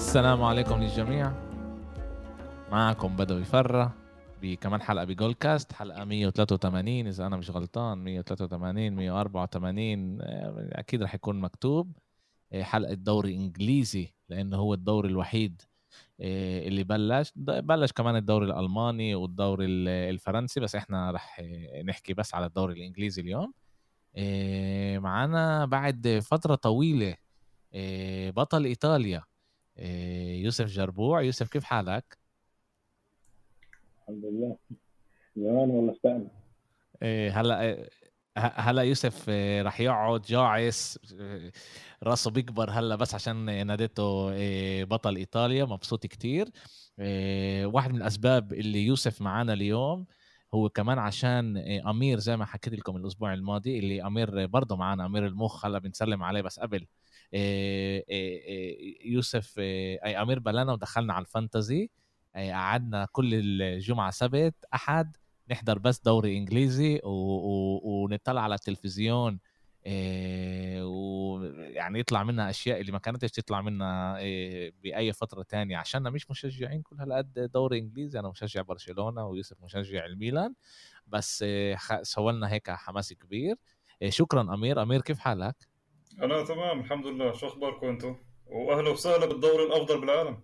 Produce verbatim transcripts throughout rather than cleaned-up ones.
السلام عليكم للجميع، معكم بدوي فرة بكمان حلقة بجول كاست، حلقة مية وثلاثة وثمانين إذا أنا مش غلطان، مية وثلاثة وثمانين مية وأربعة وثمانين أكيد رح يكون مكتوب. حلقة دوري إنجليزي لأنه هو الدوري الوحيد اللي بلش بلش كمان الدوري الألماني والدوري الفرنسي، بس إحنا رح نحكي بس على الدوري الإنجليزي اليوم. معنا بعد فترة طويلة بطل إيطاليا يوسف جربوع. يوسف كيف حالك؟ الحمد لله. زمان ولا استنى؟ هلا هلا يوسف رح يقعد جاعس، راسه بيكبر هلا بس عشان ناديته بطل إيطاليا. مبسوط كتير. واحد من الأسباب اللي يوسف معانا اليوم هو كمان عشان أمير، زي ما حكيت لكم الأسبوع الماضي، اللي أمير برضه معانا، أمير المخ. هلا بنسلم عليه بس قبل يوسف أي أمير بلانا ودخلنا على الفانتزي. قعدنا كل الجمعة سبت أحد نحضر بس دوري إنجليزي و... و... ونطلع على التلفزيون، إيه... ويعني يطلع منا أشياء اللي ما كانتش تطلع منا إيه... بأي فترة تانية، عشاننا مش مشجعين كل هالقد دوري إنجليزي. أنا مشجع برشلونة ويوسف مشجع الميلان، بس إيه... خ... سوالنا هيك حماس كبير. إيه... شكرا أمير. أمير كيف حالك؟ أنا تمام الحمد لله. شو أخباركم أنتم؟ وأهلا وسهلا بالدوري الأفضل بالعالم.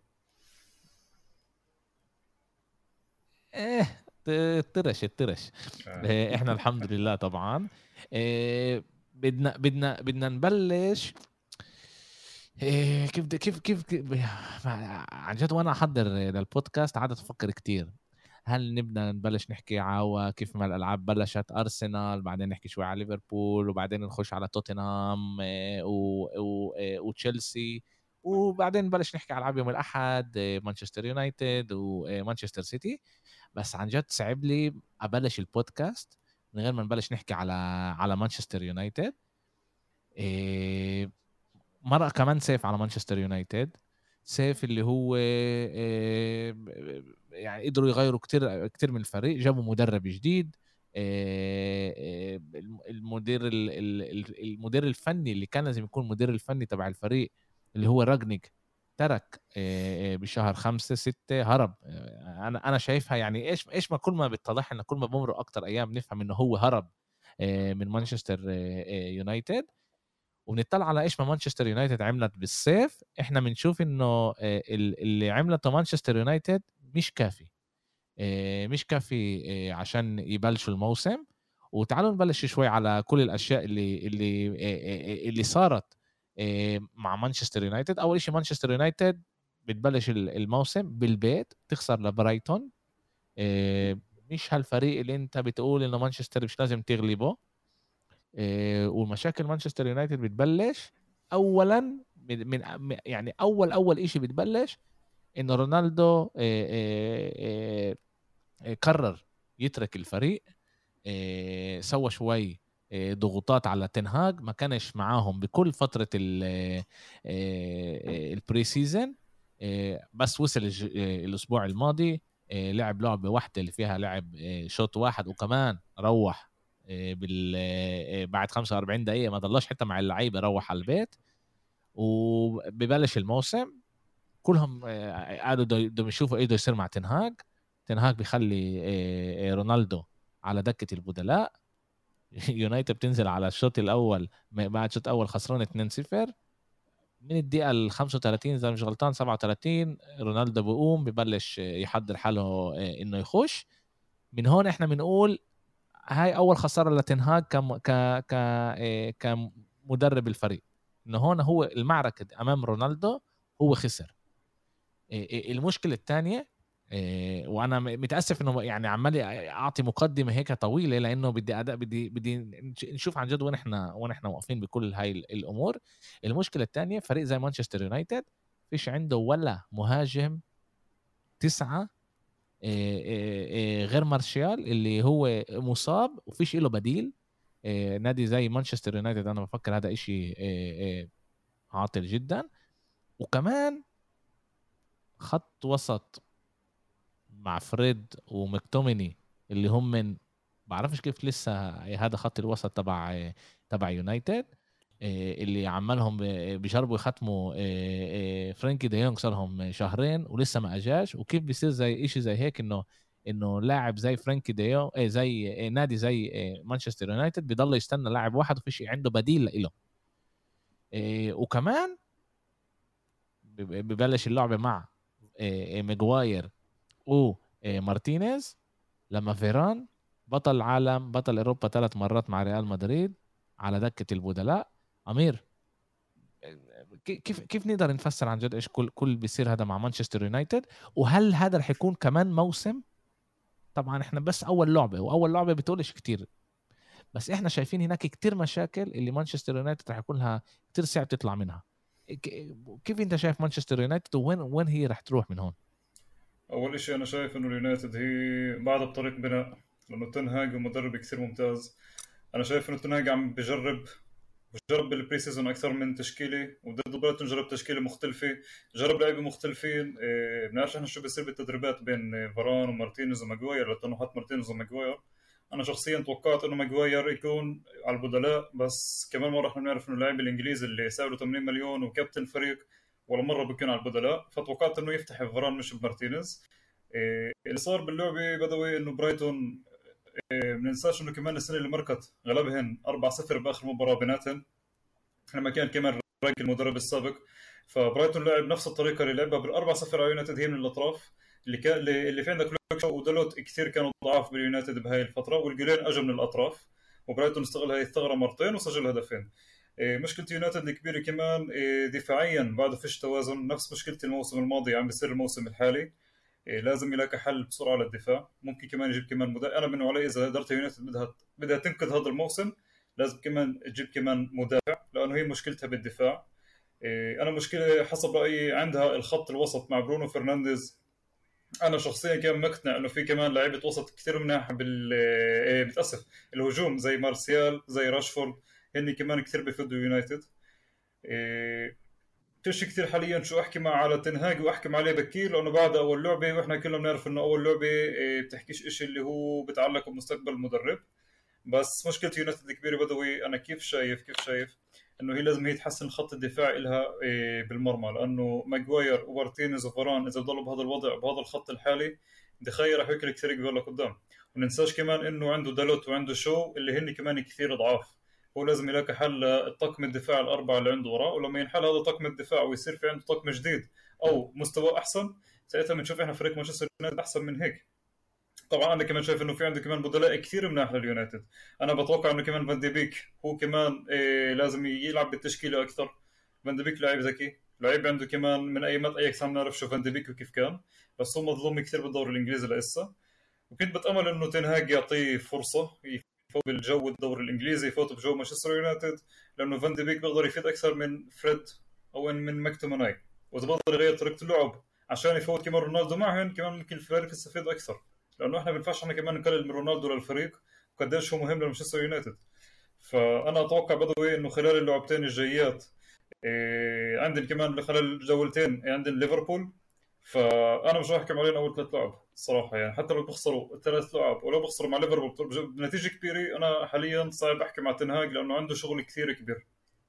ايه الترش الترش آه. إيه احنا الحمد لله طبعا. إيه بدنا بدنا بدنا نبلش. إيه كيف كيف كيف, كيف عن جد وانا احضر للبودكاست قعدت افكر كتير. هل نبدا نبلش نحكي عوا كيف ما الالعاب بلشت، ارسنال، بعدين نحكي شوي على ليفربول، وبعدين نخش على توتنهام إيه و... و... إيه وتشيلسي، وبعدين نبلش نحكي على العاب يوم الاحد إيه مانشستر يونايتد ومانشستر سيتي. بس عن جد صعب لي ابلش البودكاست من غير ما نبلش نحكي على على مانشستر يونايتد. إيه مرة كمان سيف على مانشستر يونايتد، سيف اللي هو إيه يعني قدروا يغيروا كتير كتير من الفريق، جابوا مدرب جديد. إيه المدير المدير الفني اللي كان لازم يكون مدير الفني تبع الفريق اللي هو راجنيك ترك بشهر خمسة ستة هرب. أنا أنا شايفها يعني إيش إيش ما كل ما بيتضح لنا كل ما بمر أكتر أيام نفهم إنه هو هرب من مانشستر يونايتد. ونطلع على إيش ما مانشستر يونايتد عملت بالصيف، إحنا بنشوف إنه اللي عملته مانشستر يونايتد مش كافي، مش كافي عشان يبلشوا الموسم. وتعالوا نبلش شوي على كل الأشياء اللي اللي اللي صارت مع مانشستر يونايتد. أول شيء مانشستر يونايتد بتبلش الموسم بالبيت تخسر لبرايتون. مش هالفريق اللي انت بتقول انه مانشستر مش لازم تغلبه. ومشاكل مانشستر يونايتد بتبلش اولا من يعني اول اول اشي بتبلش انه رونالدو قرر يترك الفريق. سوى شوي ضغوطات على تنهاج، ما كانش معاهم بكل فترة البري سيزن، بس وصل الأسبوع الماضي لعب لعبة واحدة اللي فيها لعب شوط واحد، وكمان روح بال بعد خمسة وأربعين دقيقة، ما ضلش حتى مع اللعيبة، روح على البيت. وببلش الموسم كلهم قالوا بدهم يشوفوا ايه بده يصير مع تنهاج. تنهاج بيخلي رونالدو على دكة البدلاء. يونايتد بتنزل على الشوط الأول بعد الشوط الأول خسران اثنين صفر. من الدقيقة الخمسة وثلاثين إذا مش غلطان سبعة وثلاثين رونالدو بيقوم ببلش يحضر حاله إنه يخش. من هون إحنا بنقول هاي أول خسارة لتنهاج كم ك ك كمدرب الفريق، إنه هون هو المعركة أمام رونالدو هو خسر. المشكلة الثانية، وانا متاسف انه يعني عمال اعطي مقدمه هيك طويله لانه بدي اداء بدي بدي نشوف عن جد وين احنا وين احنا واقفين بكل هاي الامور. المشكله الثانيه فريق زي مانشستر يونايتد فيش عنده ولا مهاجم تسعة غير مارشال اللي هو مصاب وفيش له بديل. نادي زي مانشستر يونايتد انا بفكر هذا اشي عاطل جدا. وكمان خط وسط مع فريد ومكتوميني اللي هم من بعرفش كيف لسه هذا خط الوسط تبع تبع يونايتد. اللي عمالهم بيجربوا يختموا فرانكي دي يونغ صار لهم شهرين ولسه ما اجاش، وكيف بيصير زي إشي زي هيك انه انه لاعب زي فرانكي دي يونغ إيه زي إيه نادي زي إيه مانشستر يونايتد بيضل يستنى لاعب واحد وفيش عنده بديل له. إيه وكمان ببلش اللعبة مع إيه ماجواير ومارتينيز لما فيران بطل العالم بطل اوروبا ثلاث مرات مع ريال مدريد على دكة البدلاء. امير كيف كيف نقدر نفسر عن جد ايش كل كل بيصير هذا مع مانشستر يونايتد؟ وهل هذا رح يكون كمان موسم؟ طبعا احنا بس اول لعبه واول لعبه بتقولش كتير، بس احنا شايفين هناك كتير مشاكل اللي مانشستر يونايتد رح يكون لها كتير صعب تطلع منها. كيف انت شايف مانشستر يونايتد وين وين هي رح تروح من هون؟ اول شيء انا شايف انه اليونايتد هي بعد بطريق بناء، لانه تنهاج مدرب كثير ممتاز. انا شايف انه تنهاج عم بجرب جرب بالبري سيزون اكثر من تشكيله، وضد برايتون جرب تشكيله مختلفه، جرب لعيبه مختلفين. إيه بنعرف احنا شو بيصير بالتدريبات بين فاران ومارتينيز وماجواير، لانه حط مارتينيز وماجواير. انا شخصيا توقعت انه ماجواير يكون على البدلاء، بس كمان مره احنا بنعرف انه اللاعب الانجليزي اللي سعره ثمانين مليون وكابتن فريق ولا مره بيكون على البدلاء، فتوقعت انه يفتح فاران مش بمارتينيز. إيه اللي صار باللعبه بدوي انه برايتون ما ننساش انه كمان السنه اللي مركت غلبهن أربعة صفر باخر مباراه بيناتهم لما كان كمان رانك المدرب السابق. فبرايتون لعب نفس الطريقه اللي لعبها بالأربعة صفر على يونايتد، هي من الاطراف اللي كان اللي في عندك لوك شو ودالوت كثير كانوا ضعاف باليونايتد بهاي الفتره، والجولين اجوا من الاطراف، وبرايتون استغل هاي الثغره مرتين وسجل هدفين. مشكله يونايتد الكبيره كمان دفاعيا بعده فيش توازن، نفس مشكله الموسم الماضي عم بيصير الموسم الحالي. لازم يلاقي حل بسرعه للدفاع، ممكن كمان يجيب كمان مدافع. انا منه علي اذا قدرت يونايتد بدها بدها تنقذ هذا الموسم لازم كمان تجيب كمان مدافع، لانه هي مشكلتها بالدفاع. انا مشكله حسب رايي عندها الخط الوسط مع برونو فرنانديز. انا شخصيا كمان مقتنع انه في كمان لعيبه وسط كثير مناح بال بتاسف الهجوم زي مارسيال زي راشفورد، هن كمان كثير بيفيدوا يونايتد. فيش كثير حاليا شو احكي مع على تنهاج واحكم عليه بكير، لانه بعد اول لعبه واحنا كلنا بنعرف انه اول لعبه بتحكيش إشي اللي هو بتعلق بمستقبل المدرب. بس مشكله يونايتد الكبيره بدوي انا كيف شايف كيف شايف انه هي لازم هي تحسن خط الدفاع لها بالمرمى، لانه ماجواير ومارتينيز وفاران اذا ضلوا بهذا الوضع بهذا الخط الحالي دخيل راح ياكل كثير كبير لقدام. وننساش كمان انه عنده دالوت وعنده شو اللي هن كمان كثير ضعاف. هو لازم يلاقي حل الطاقم الدفاع الأربعة اللي عنده وراه، ولما ينحل هذا طاقم الدفاع ويصير في عنده طاقم جديد أو مستوى أحسن، ساعتها بنشوف إحنا فريق مانشستر يونايتد أحسن من هيك. طبعا أنا كمان شايف إنه في عنده كمان بدلاء كثير مناح لليونايتد. أنا بتوقع إنه كمان فان دي بيك هو كمان إيه لازم يلعب بالتشكيلة أكثر. فان دي بيك لاعب ذكي، لاعب عنده كمان من أيامات أياكس عم نعرف شو فان دي بيك وكيف كان، بس هو مظلوم كثير بالدوري الإنجليزي لسه. وكنت بتأمل إنه تنهاج يعطيه فرصة يفوت بالجو الدوري الانجليزي، يفوت بجو مانشستر يونايتد، لانه فان دي بيك بيقدر يفيد اكثر من فريد او من ماكتوماناي، واذا بقدر يغير طريقه اللعب عشان يفوت كمان رونالدو معهم كمان ممكن الفريق يستفيد اكثر، لانه احنا ما بنفعش احنا كمان نقلل من رونالدو للفريق وقديش هو مهم لمانشستر يونايتد. فانا اتوقع بدوي انه خلال اللعبتين الجايات إيه عندنا كمان خلال الجولتين عندنا ليفربول، فانا مش راح احكم علينا اول ثلاث لعب الصراحه، يعني حتى لو بخسروا الثلاث لعب ولو بخسروا مع ليفربول بنتيجه كبيره، انا حاليا صعب احكي مع تنهاج لانه عنده شغل كثير كبير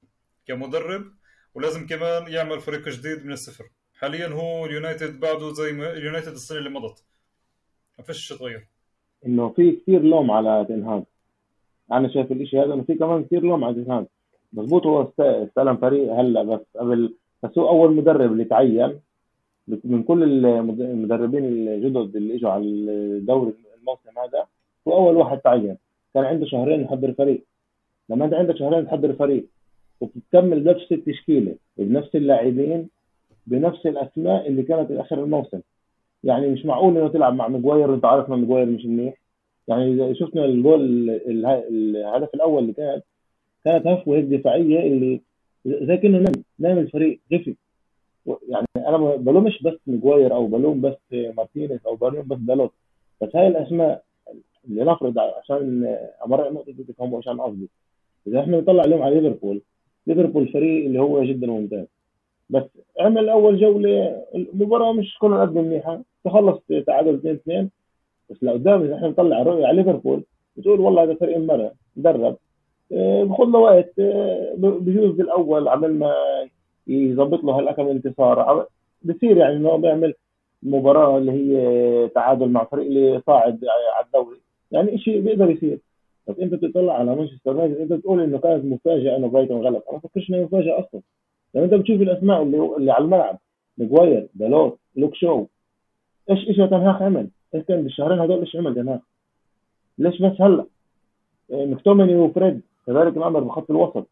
كمدرب، ولازم كمان يعمل فريق جديد من الصفر. حاليا هو اليونايتد بعده زي ما اليونايتد السنه اللي مضت، ما فيش شيء تغير. انه في كثير لوم على تنهاج، انا شايف الاشي هذا انه في كمان كثير لوم على تنهاج. مضبوط هو استلم فريق هلا بس قبل، بس هو اول مدرب اللي تعين من كل المدربين الجدد اللي اجوا على الدوري الموسم هذا، هو اول واحد تعين. كان عنده شهرين يحضر فريق. لما انت عندك شهرين تحضر فريق وبتكمل بنفس التشكيله بنفس اللاعبين بنفس الاسماء اللي كانت اخر الموسم، يعني مش معقول انه تلعب مع ماجواير وانت عارف ان ماجواير مش منيح. يعني شفنا الجول الهدف الاول اللي كان كانت هفوه هيك دفاعيه اللي زي كانه نام نام الفريق غفي. يعني انا ما بلومش بس ماجواير او بلوم بس مارتينيز او بلوم بس دالوت، بس هاي الاسماء اللي نفرض عشان امر النقطه دي تفهموا عشان قصدي. اذا احنا نطلع اليوم على ليفربول، ليفربول فريق اللي هو جدا ممتاز، بس عمل اول جوله المباراه مش كلها قد منيحه، تخلص تعادل اثنين اثنين. بس لقدام اذا احنا نطلع الرؤيه على ليفربول بتقول والله هذا فريق مره مدرب بخذ له وقت، بجوز بالاول عمل ما يظبط له هالكم انتصار بصير، يعني انه بيعمل مباراه اللي هي تعادل مع فريق اللي صاعد على الدوري، يعني شيء بيقدر يصير. بس انت بتطلع على مانشستر يونايتد انت بتقول انه كانت مفاجاه انه برايتون غلب، انا ما بفكرش انه مفاجاه اصلا. لما انت بتشوف الاسماء اللي اللي على الملعب، ماجواير، دالوت، لوك شو، ايش ايش تنهاخ عمل؟ ايش كان بالشهرين هذول ايش عمل تنهاخ؟ ليش بس هلا؟ مكتوميني وفريد كذلك الامر بخط الوسط،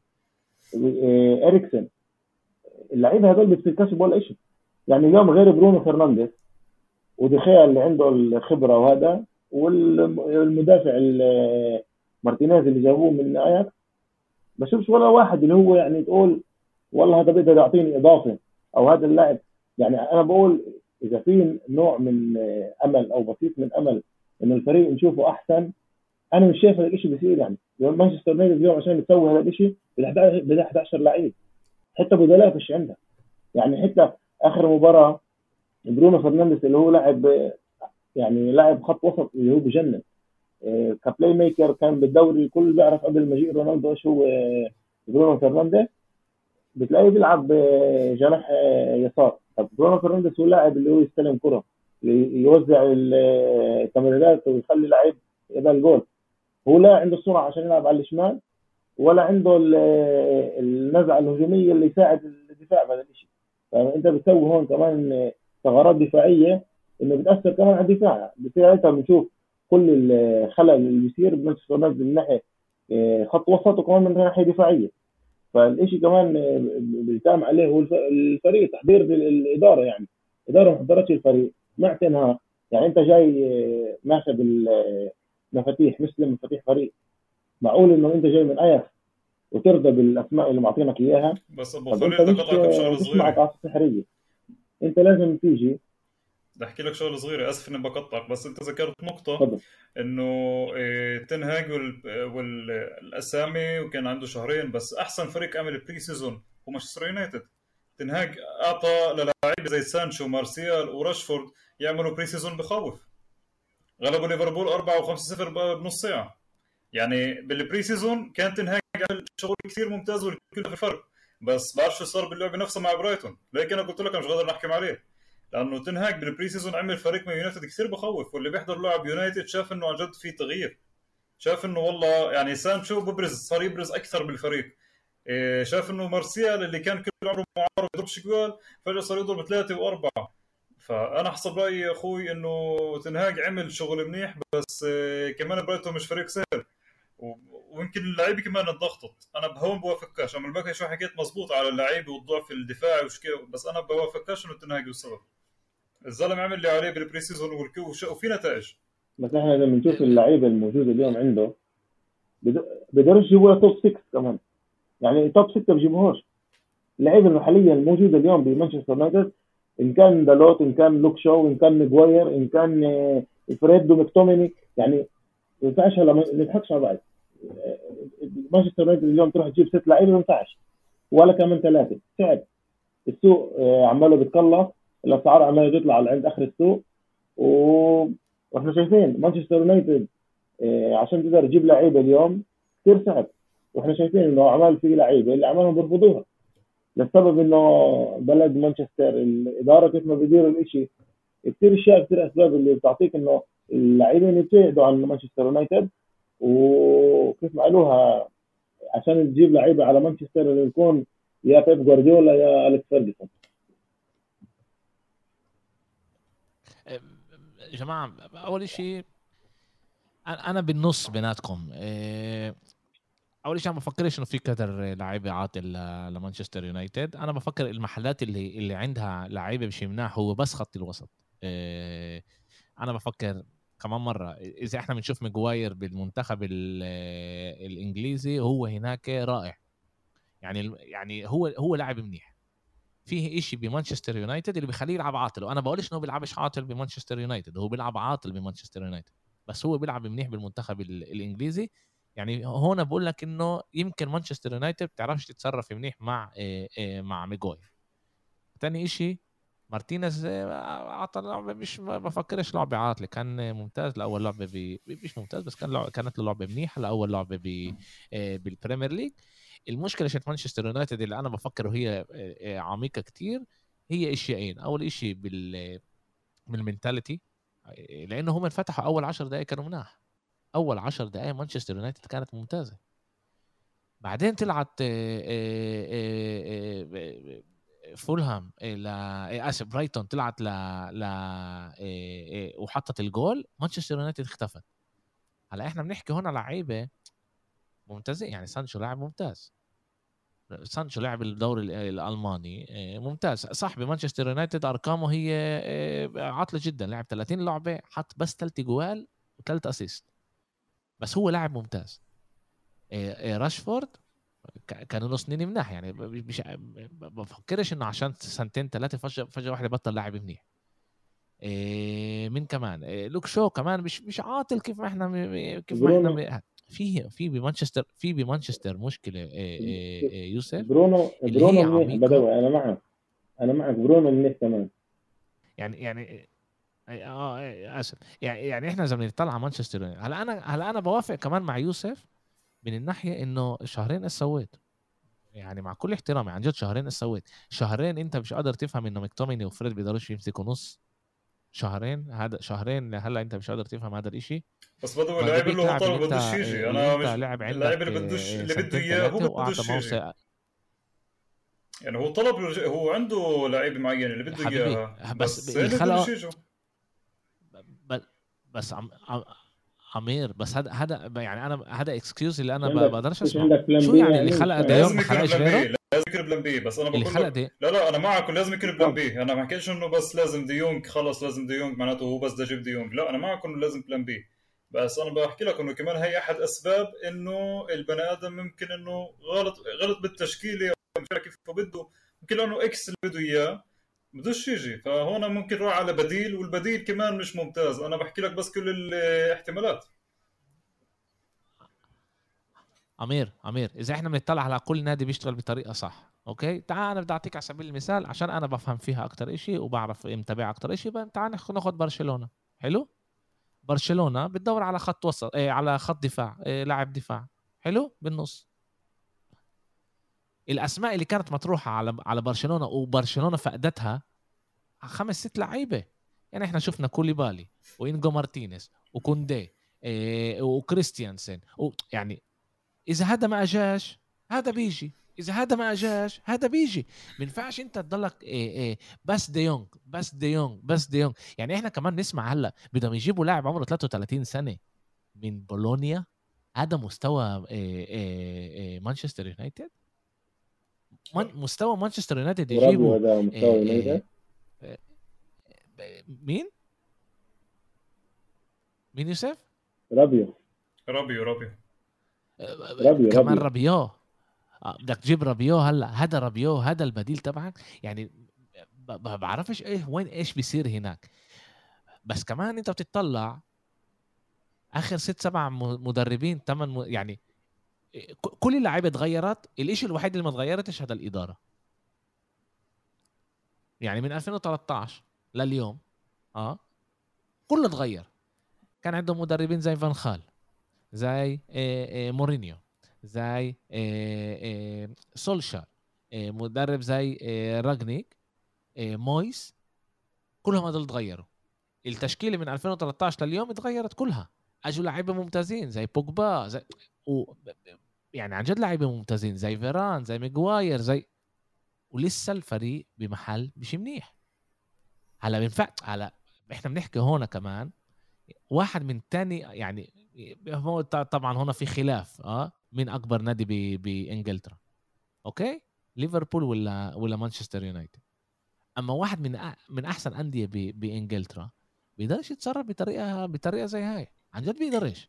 اريكسن، اللعيبه هذول بتكتسب ولا شيء. يعني اليوم غير برونو فرنانديز ودخيا اللي عنده الخبره وهذا، والمدافع مارتينيز اللي جابوه من اياكس، بشوفش ولا واحد اللي هو يعني تقول والله هذا بيقدر يعطيني اضافه، او هذا اللاعب. يعني انا بقول اذا في نوع من امل او بسيط من امل انه الفريق نشوفه احسن، انا مش شايف هذا الشيء بيصير. يعني مانشستر يونايتد اليوم عشان يسوي هذا الشيء بده احد عشر لعيب، حتى بدلاء فيش عنده. يعني حتى اخر مباراه برونو فرنانديز اللي هو لاعب، يعني لاعب خط وسط اللي هو بجنن كبلاي ميكر، كان بالدوري الكل بيعرف قبل ما يجي رونالدو ايش هو برونو فرنانديز، بتلاقيه بيلعب جناح يسار. طب برونو فرنانديز هو لاعب اللي هو يستلم كره، يوزع التمريرات ويخلي لعيب يبقى الجول. هو لا عنده السرعه عشان يلعب على الشمال، ولا عنده النزعه الهجوميه اللي يساعد الدفاع بهذا الشيء. فانت بتسوي هون كمان ثغرات دفاعيه انه بتاثر كمان على الدفاع. بصير انت بنشوف كل الخلل اللي بيصير بمانشستر يونايتد من ناحيه خط وسط وكمان من ناحيه دفاعيه. فالشيء كمان بيتام عليه هو الفريق، تحضير الاداره. يعني الاداره ما حضرتش الفريق مع تنهاخ. يعني انت جاي ماخذ المفاتيح، مثل مفاتيح فريق، معقول انه انت جاي من اياكس وترضى بالاسماء اللي معطينك اياها؟ بس ابو خليل بدي اقطعك بشغله صغيره، معك عصا سحريه، انت لازم تيجي. بدي احكي لك شغله صغيره، اسف اني بقطعك، بس انت ذكرت نقطه فضل. انه تنهاج والاسامي وكان عنده شهرين بس. احسن فريق عمل بري سيزون هو مانشستر يونايتد. تنهاج اعطى للاعيبه زي سانشو مارسيال وراشفورد يعملوا بري سيزون بخوف، غلبوا ليفربول أربعة وخمسة صفر بنص ساعه. يعني بالبري سيزون كان تنهاج عمل شغل كثير ممتاز والكل في فرق، بس بعرف شو صار باللعبه نفسها مع برايتون. لكن انا قلت لك انا مش قادر نحكم عليه، لانه تنهاج بالبري سيزون عمل فريق من يونايتد كثير بخوف، واللي بيحضر لعب يونايتد شاف انه عن جد في تغيير. شاف انه والله يعني سانشو ببرز، صار يبرز اكثر بالفريق. شاف انه مارسيال اللي كان كل عمره معارض يضربش جوال فجاه صار يضرب ثلاثه واربعه. فانا حسب رايي يا اخوي انه تنهاج عمل شغل منيح، بس كمان برايتون مش فريق سهل، ويمكن اللعيبه كمان انضغطت. انا بهون بوافقكش، انا الباقي شو حكيت مزبوط على اللعيبه والضعف الدفاعي وش كيف، بس انا بوافقكش انه تنهاج السبب. الزلمه عمل اللي عليه بالبري سيزون وفي نتائج. بس احنا لما نشوف اللعيبه الموجوده اليوم عنده بيقدرش يجيبوا توب ستة كمان. يعني توب ستة بيجيبوهاش. اللعيبه المحليه الموجوده اليوم بمانشستر يونايتد، ان كان دالوت، ان كان لوك شو، ان كان ماجواير، ان كان فريد ومكتوميني، يعني ما ينفعش هلا ما نضحكش على بعض. مانشستر يونايتد اليوم تروح تجيب ست لعيبه ما ينفعش، ولا كمان ثلاثه. صعب. السوق عماله بيتقلص، الاسعار عماله تطلع على عند اخر السوق، واحنا شايفين مانشستر يونايتد عشان تقدر تجيب لعيبه اليوم كثير صعب. واحنا شايفين انه عمال في لعيبه اللي عمالهم بيرفضوها للسبب انه بلد مانشستر، الاداره كيف ما بيديروا الاشي، كثير اشياء كثير اسباب اللي بتعطيك انه اللاعبين يبتعدوا عن مانشستر يونايتد. وكيف ما قالوها، عشان تجيب لعيبه على مانشستر اللي يكون يا بيب جوارديولا يا أليكس فيرجسون. يا جماعه اول شيء انا بالنص بيناتكم. اول شيء ما بفكرش انه في كتر لعيبه عاطل لمانشستر يونايتد. انا بفكر المحلات اللي اللي عندها لعيبه مش مناح هو بس خط الوسط. انا بفكر كمان مره اذا احنا بنشوف ماجواير بالمنتخب الانجليزي هو هناك رائع. يعني يعني هو هو لاعب منيح. فيه إشي بمانشستر يونايتد اللي بيخليه يلعب عاطل، وانا بقولش انه بيلعبش عاطل بمانشستر يونايتد، هو بيلعب عاطل بمانشستر يونايتد، بس هو بيلعب منيح بالمنتخب الانجليزي. يعني هون بقول لك انه يمكن مانشستر يونايتد بتعرفش تتصرف منيح مع إيه إيه مع ماجواير. تاني إشي مارتينيز عطى لعبة مش ما بفكرش لعبة عاطلة، كان ممتاز لأول لعبة ب... مش ممتاز بس كان لعبة كانت له لعبة منيحة لأول لعبة ب... بالبريمير ليج. المشكلة شت مانشستر يونايتد اللي أنا بفكر وهي عميقة كتير هي إشياءين. أول إشي بال بالمنتاليتي، لأنه هم انفتحوا أول عشر دقايق كانوا مناح، أول عشر دقايق مانشستر يونايتد كانت ممتازة. بعدين طلعت فولهام لا اسف برايتون طلعت ل ل وحطت الجول، مانشستر يونايتد اختفت. هلا احنا بنحكي هنا لعيبه ممتازين، يعني سانشو لاعب ممتاز، سانشو لاعب الدوري الالماني ممتاز. صاحبي مانشستر يونايتد ارقامه هي عاطله جدا، لعب ثلاثين لعبه حط بس ثلاث جوال وثلاث اسيست، بس هو لاعب ممتاز. راشفورد كانوا له سنين مناح، يعني مش بفكرش انه عشان سنتين ثلاثه فجاه فجاه واحده بطل لاعب منيح. إيه من كمان إيه لوك شو كمان مش مش عاطل كيف ما احنا كيف ما احنا فيه في بمانشستر في بمانشستر مشكله. إيه إيه إيه يوسف برونو برونو منيح بدوي، انا معك انا معك برونو منيح كمان. يعني يعني اه اسف يعني يعني احنا اذا بنطلع على مانشستر هلا انا هلا انا بوافق كمان مع يوسف من الناحيه انه شهرين ايش سويت، يعني مع كل احترامي عن جد شهرين ايش سويت. شهرين انت مش قادر تفهم انه مكتوميني وفريد بيقدروش يمسكوا نص. شهرين هذا شهرين هلا انت مش قادر تفهم هذا الاشي. بس بدو اللاعب اللي هو طلب بدوش يجي، انا مش اللاعب اللي بدوش اللي بده اياه هو بدوش يجي. يعني هو طلب هو عنده لاعب معين اللي بده اياه بس, بس اللي بدوش يجوا. بس عم عمير بس هذا هذا يعني انا هذا اكسكيوز اللي انا ما بقدرش اسمع. شو يعني اللي خلق ديونج ما خلقش غيره؟ لازم يكون بلان بي. بس انا بقول لك لا لا انا معك لازم يكون بلان بي. انا ما حكيتش انه بس لازم ديونج خلص لازم ديونج معناته هو بس ده جيب ديونج، لا انا معك انه لازم بلان بي. بس انا بحكي لك انه كمان هي احد اسباب انه البني ادم ممكن انه غلط غلط بالتشكيله مش كيف بده، ممكن انه اكس اللي بده اياه بدوش يجي، فهون ممكن نروح على بديل والبديل كمان مش ممتاز. انا بحكي لك بس كل الاحتمالات. عمير عمير اذا احنا بنطلع على كل نادي بيشتغل بطريقه صح اوكي، تعال انا بدي اعطيك على سبيل المثال عشان انا بفهم فيها اكتر اشي وبعرف متابع اكتر اشي. تعال ناخذ برشلونه. حلو، برشلونه بتدور على خط وسط ايه على خط دفاع ايه لاعب دفاع حلو بالنص. الاسماء اللي كانت مطروحه على على برشلونه وبرشلونه فقدتها خمس ست لعيبه. يعني احنا شفنا كوليبالي وإنجو مارتينيز وكوندي إيه وكريستيانسن و... يعني اذا هذا ما اجاش هذا بيجي، اذا هذا ما اجاش هذا بيجي. ما ينفعش انت تضلك إيه إيه بس ديونج بس ديونج بس ديونج. يعني احنا كمان نسمع هلا بدهم يجيبوا لاعب عمره ثلاثة وثلاثين سنه من بولونيا. هذا مستوى إيه إيه إيه مانشستر يونايتد. من مستوى مانشستر يونايتد يجيبوا هذا مستوى يونايتد. مين مين يوسف؟ رابيو رابيو رابيو رابيو كمان رابيو. رابيو بدك تجيب رابيو. هلا هذا رابيو هذا البديل تبعك. يعني ما بعرفش ايه وين ايش بيصير هناك. بس كمان انت بتطلع اخر ست سبع مدربين ثمان م... يعني كل اللعيبه تغيرت. الاشي الوحيد اللي ما تغيرتش هذا الاداره. يعني من ألفين وثلاثة عشر لليوم اه كله تغير. كان عندهم مدربين زي فان خال زي إيه إيه مورينيو زي إيه إيه سولشار إيه مدرب زي إيه راجنيك إيه مويس. كلهم هذول تغيروا. التشكيله من ألفين وثلاثة عشر لليوم اتغيرت كلها. اجوا لعيبه ممتازين زي بوجبا زي و... يعني عن جد لعيبه ممتازين زي فيران زي ميغواير زي ولسه الفريق بمحل مش منيح. هلا بينفع هلا احنا بنحكي هون كمان واحد من تاني. يعني هو طبعا هنا في خلاف اه مين اكبر نادي بانجلترا اوكي ليفربول ولا ولا مانشستر يونايتد. اما واحد من أ... من احسن انديه ب... بانجلترا بيقدرش يتصرف بطريقه بطريقه زي هاي. عن جد بيقدرش.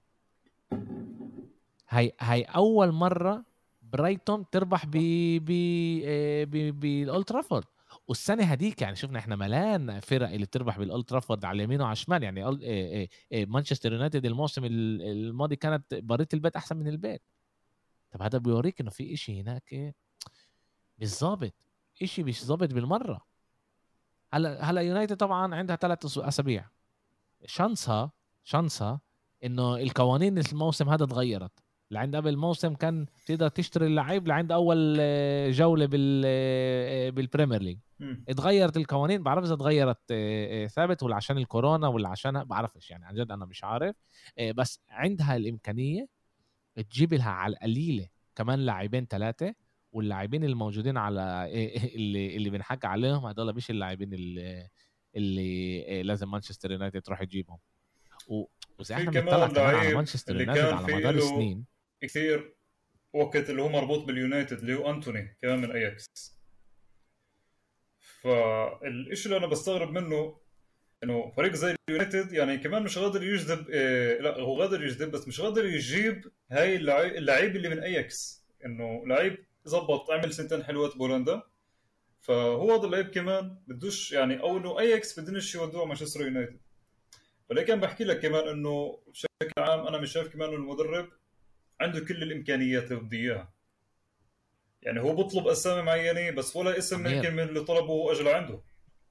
هاي هاي اول مره برايتون تربح ب ب ب بالاولد ترافورد. والسنه هديك يعني شفنا احنا ملان فرق اللي تربح بالاولد ترافورد على اليمين وعلى الشمال. يعني مانشستر يونايتد الموسم الماضي كانت بريت البيت احسن من البيت. طب هذا بيوريك انه في اشي هناك مش ظابط. اشي مش ظابط بالمره. هلا هلا يونايتد طبعا عندها ثلاث اسابيع، شانسها شانسها انه القوانين الموسم هذا تغيرت. لعند قبل الموسم كان تقدر تشتري اللعيب لعند اول جوله بال بالبريمير ليج، اتغيرت القوانين. بعرف اذا اتغيرت ثابت ولا عشان الكورونا ولا عشان بعرفش يعني، عن جد انا مش عارف. بس عندها الامكانيه تجيب لها على القليله كمان لاعبين ثلاثه، واللاعبين الموجودين على اللي اللي بنحكي عليهم هذول مش اللاعبين اللي اللي لازم مانشستر يونايتد تروح تجيبهم. وزي احنا بنطلع كمان على مانشستر يونايتد على مدار السنين كثير وقت اللي هو مربوط باليونايتد اللي هو أنتوني كمان من أياكس. فالإشي اللي أنا بستغرب منه إنه فريق زي اليونايتد يعني كمان مش قادر يجذب إيه، لا هو قادر يجذب بس مش قادر يجيب هاي اللعيب, اللعيب اللي من أياكس، إنه لعيب زبط عمل سنتين حلوات بولندا. فهو هذا اللعيب كمان بدوش يعني، أو إنه أياكس بدنش يودوه مانشستر يونايتد. ولكن بحكي لك كمان إنه بشكل عام أنا مش شايف كمان المدرب عنده كل الامكانيات اللي بده اياها. يعني هو بطلب اسامي معينه بس ولا اسم يمكن من اللي طلبه اجل عنده.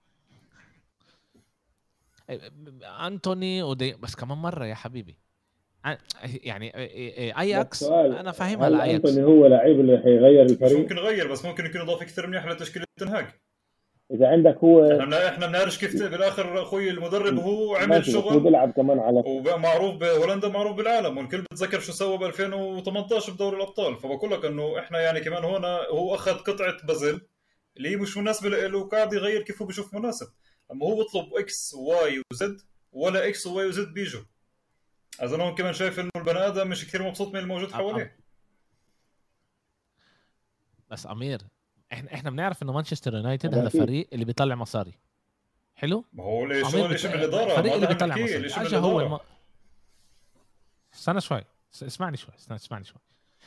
انتوني ودي بس كمان مره يا حبيبي يعني اياكس انا فاهمها. هل انتوني هو لاعب اللي حيغير الفريق؟ ممكن يغير بس ممكن يكون اضافه كثير منيحه لتشكيله تنهاج. اذا عندك هو احنا احنا بنعرفش كيف بالاخر اخوي المدرب هو عمل شغل وبيلعب كمان على ومعروف بهولندا معروف بالعالم والكل بتذكر شو سوى ب ألفين وثمانية عشر بدوري الابطال. فبقول لك انه احنا يعني كمان هون هو اخذ قطعه بازل اللي هي مش مناسبه له وقاعد يغير كيف هو بيشوف مناسب. اما هو بيطلب اكس واي وزد ولا اكس واي وزد بيجوا. اذا انا كمان شايف انه البني ادم مش كثير مبسوط من الموجود حواليه. بس امير احنا احنا بنعرف انه مانشستر يونايتد هذا فريق اللي بيطلع مصاري حلو. ما هو ليش هو ليش بالاداره الفريق اللي بيطلع مصاري ليش اجى هو الم... استنى شوي اسمعني شوي استنى اسمعني شوي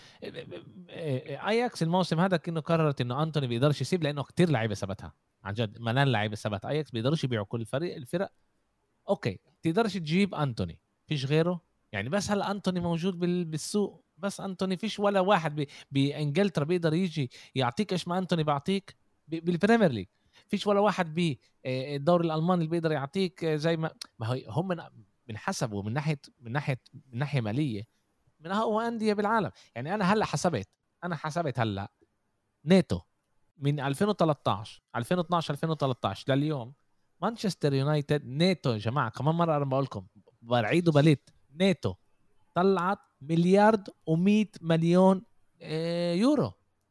اياكس الموسم هذا كأنه قررت انه انتوني بيقدرش يسيب لانه كتير لعيبه ثبتها عن جد ملان لعيبه ثبت. اياكس بيقدرش يبيعوا كل الفريق الفرق اوكي تقدرش تجيب انتوني فيش غيره يعني. بس هلا انتوني موجود بالسوق بس انتوني فيش ولا واحد بانجلترا بيقدر يجي يعطيك ايش ما انتوني بعطيك بالبريمير ليج. فيش ولا واحد بالدوري الالماني اللي بيقدر يعطيك زي ما ما هو هم من من حسبه من ناحيه من ناحيه من ناحيه ماليه من اقوى انديه بالعالم. يعني انا هلا حسبت انا حسبت هلا نيتو من ألفين وثلاثة عشر ألفين واثناشر ألفين وثلاثة عشر لليوم مانشستر يونايتد نيتو يا جماعه كمان مره انا بقول لكم بعيد وبليت نيتو طلعت مليارد ومئة مليون يورو.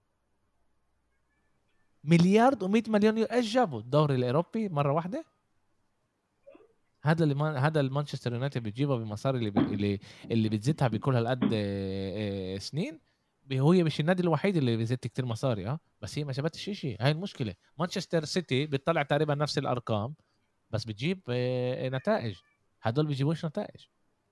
مليارد ومئة مليون يورو. ايش جابوا الدوري الاوروبي مره واحده؟ هذا اللي ما هذا المانشستر يونايتد بتجيبه بمصاري اللي ب... اللي اللي بتزيدها بكل هالقد سنين. هو مش النادي الوحيد اللي بيزيد كتير مصاري اه بس هي ما جابتش شيء. هاي المشكله. مانشستر سيتي بتطلع تقريبا نفس الارقام بس بتجيب نتائج. هدول بيجيبوش نتائج.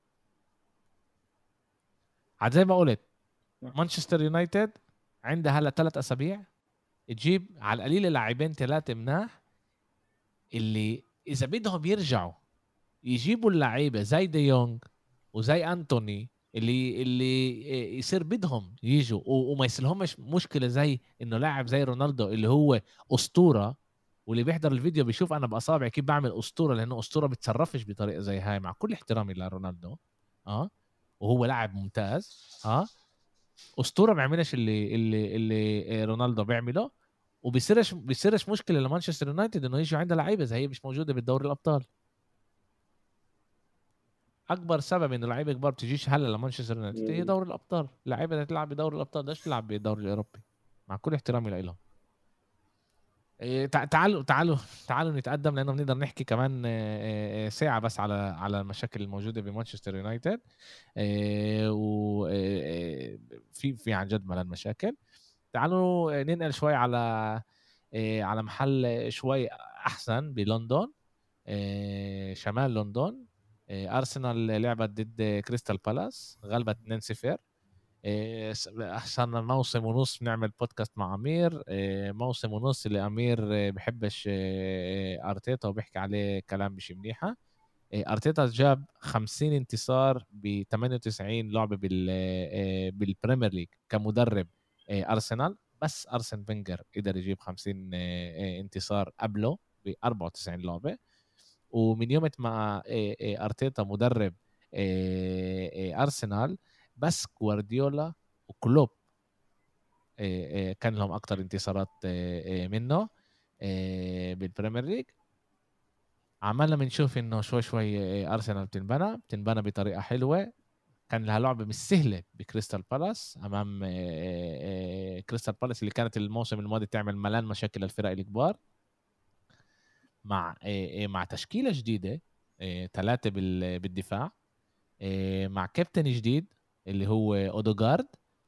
عاد زي ما قلت مانشستر يونايتد عندها هلا ثلاث اسابيع تجيب على القليل لاعبين ثلاثه مناح اللي اذا بدهم يرجعوا يجيبوا اللعيبه زي دي يونغ وزي انتوني اللي اللي يصير بدهم يجوا وما يصيرهمش مشكله زي انه لاعب زي رونالدو اللي هو اسطوره واللي بيحضر الفيديو بيشوف انا باصابعي كيف بعمل اسطوره لانه اسطوره بتصرفش بطريقه زي هاي مع كل احترامي لرونالدو اه وهو لاعب ممتاز اه اسطوره بيعملش اللي اللي اللي رونالدو بيعمله. وبيصيرش بيصيرش مشكله لمانشستر يونايتد انه يجوا عندها لعيبه زي هي مش موجوده بالدوري الابطال. اكبر سبب انه لعيبه كبار بتجيش هلا لمانشستر يونايتد هي دوري الابطال. لعيبه تلعب بدوري الابطال بدهاش تلعب بالدوري الاوروبي مع كل احترامي لهم. إيه تعالوا تعالوا تعالوا نتقدم لانه بنقدر نحكي كمان ساعه بس على على المشاكل الموجوده بمانشستر يونايتد. إيه وفي في عن جد ملان مشاكل. تعالوا ننقل شوي على إيه على محل شوي احسن بلندن. إيه شمال لندن. إيه أرسنال لعبت ضد كريستال بالاس غلبت اثنين صفر. إيه أحسن موسم ونص بنعمل بودكاست مع أمير. إيه موسم ونص اللي أمير إيه بحبش إيه أرتيتا وبيحكي عليه كلام مش منيحة. إيه أرتيتا جاب خمسين انتصار ب ثمانية وتسعين لعبة بال إيه بالبريمير ليج كمدرب إيه أرسنال. بس أرسن فينجر قدر يجيب خمسين إيه انتصار قبله ب أربعة وتسعين لعبه. ومن يوم ما إيه إيه ارتيتا مدرب إيه إيه ارسنال، بس جوارديولا وكلوب إيه إيه كان لهم اكتر انتصارات إيه إيه منه إيه بالبريمير ليج. عمالنا بنشوف انه شوي شوي إيه ارسنال بتنبنى بتنبنى بطريقه حلوه. كان لها لعبه مش سهله بكريستال بالاس امام إيه إيه كريستال بالاس اللي كانت الموسم الماضي تعمل ملان مشاكل الفرق الكبار، مع إيه مع تشكيله جديده، ثلاثه بالدفاع، مع كابتن جديد اللي هو اودوغارد،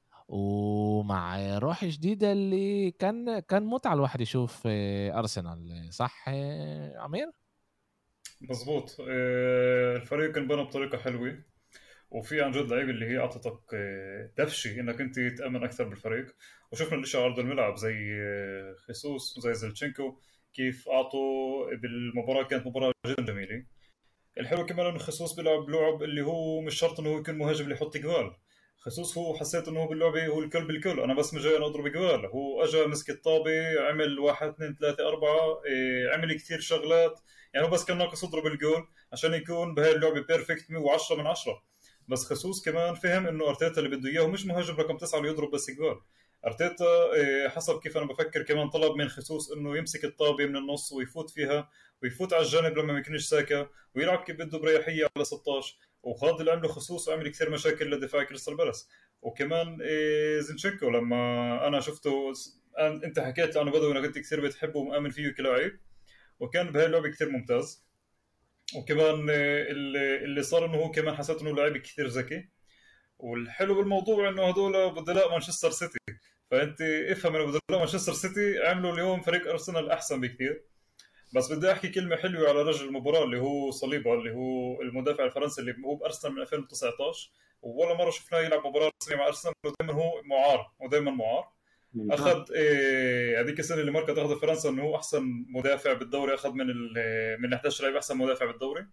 ومع روح جديده اللي كان كان متعه الواحد يشوف ارسنال. صح عمير؟ مظبوط. آه، الفريق كان بنى بطريقه حلوه، وفي عن جد لعيبه اللي هي اعطتك آه، دفشه انك انت تامن اكثر بالفريق. وشفنا الاشي على ارض الملعب زي آه، خيسوس وزي زلتشينكو كيف اعطوا بالمباراه. كانت مباراه جدا جميله. الحلو كمان انه خصوص بيلعب لعب اللي هو مش شرط انه هو يكون مهاجم اللي يحط جوال. خصوص هو حسيت انه هو باللعبه هو الكل بالكل، انا بس مش جاي انا اضرب جوال. هو اجى مسك الطابه، عمل واحد اثنين ثلاثه اربعه، إيه عمل كثير شغلات. يعني هو بس كان ناقص يضرب الجول عشان يكون بهاي اللعبه بيرفكت مية وعشرة من عشرة. بس خصوص كمان فهم انه ارتيتا اللي بده اياه مش مهاجم رقم تسعة اللي يضرب بس جوال. ارتيتا إيه حسب كيف انا بفكر كمان طلب من خصوص انه يمسك الطابه من النص ويفوت فيها، ويفوت على الجانب لما ما يكونش ساكا، ويلعب كيف بده بريحيه على ستة عشر. وخاض اللي عمله خصوص وعمل كثير مشاكل لدفاع كريستال بالاس. وكمان إيه زينشينكو لما انا شفته، انت حكيت عنه بدوي انك انت كثير بتحبه ومؤمن فيه كلاعب، وكان بهاي اللعبه كثير ممتاز. وكمان إيه اللي, اللي صار انه هو كمان حسيت انه لاعب كثير ذكي. والحلو بالموضوع انه هدول بدلاء مانشستر سيتي، فانت افهم انه بدلاء مانشستر سيتي عملوا اليوم فريق ارسنال احسن بكثير. بس بدي احكي كلمه حلوه على رجل المباراه اللي هو صليبا، اللي هو المدافع الفرنسي اللي هو بارسنال من ألفين وتسعة عشر، وولا مره شفناه يلعب مباراه رسميه مع ارسنال، ودائما هو معار ودائما معار. اخذ إيه هذيك السنه اللي ماركت اخذ فرنسا انه هو احسن مدافع بالدوري، اخذ من من إحدى عشر لاعب احسن مدافع بالدوري،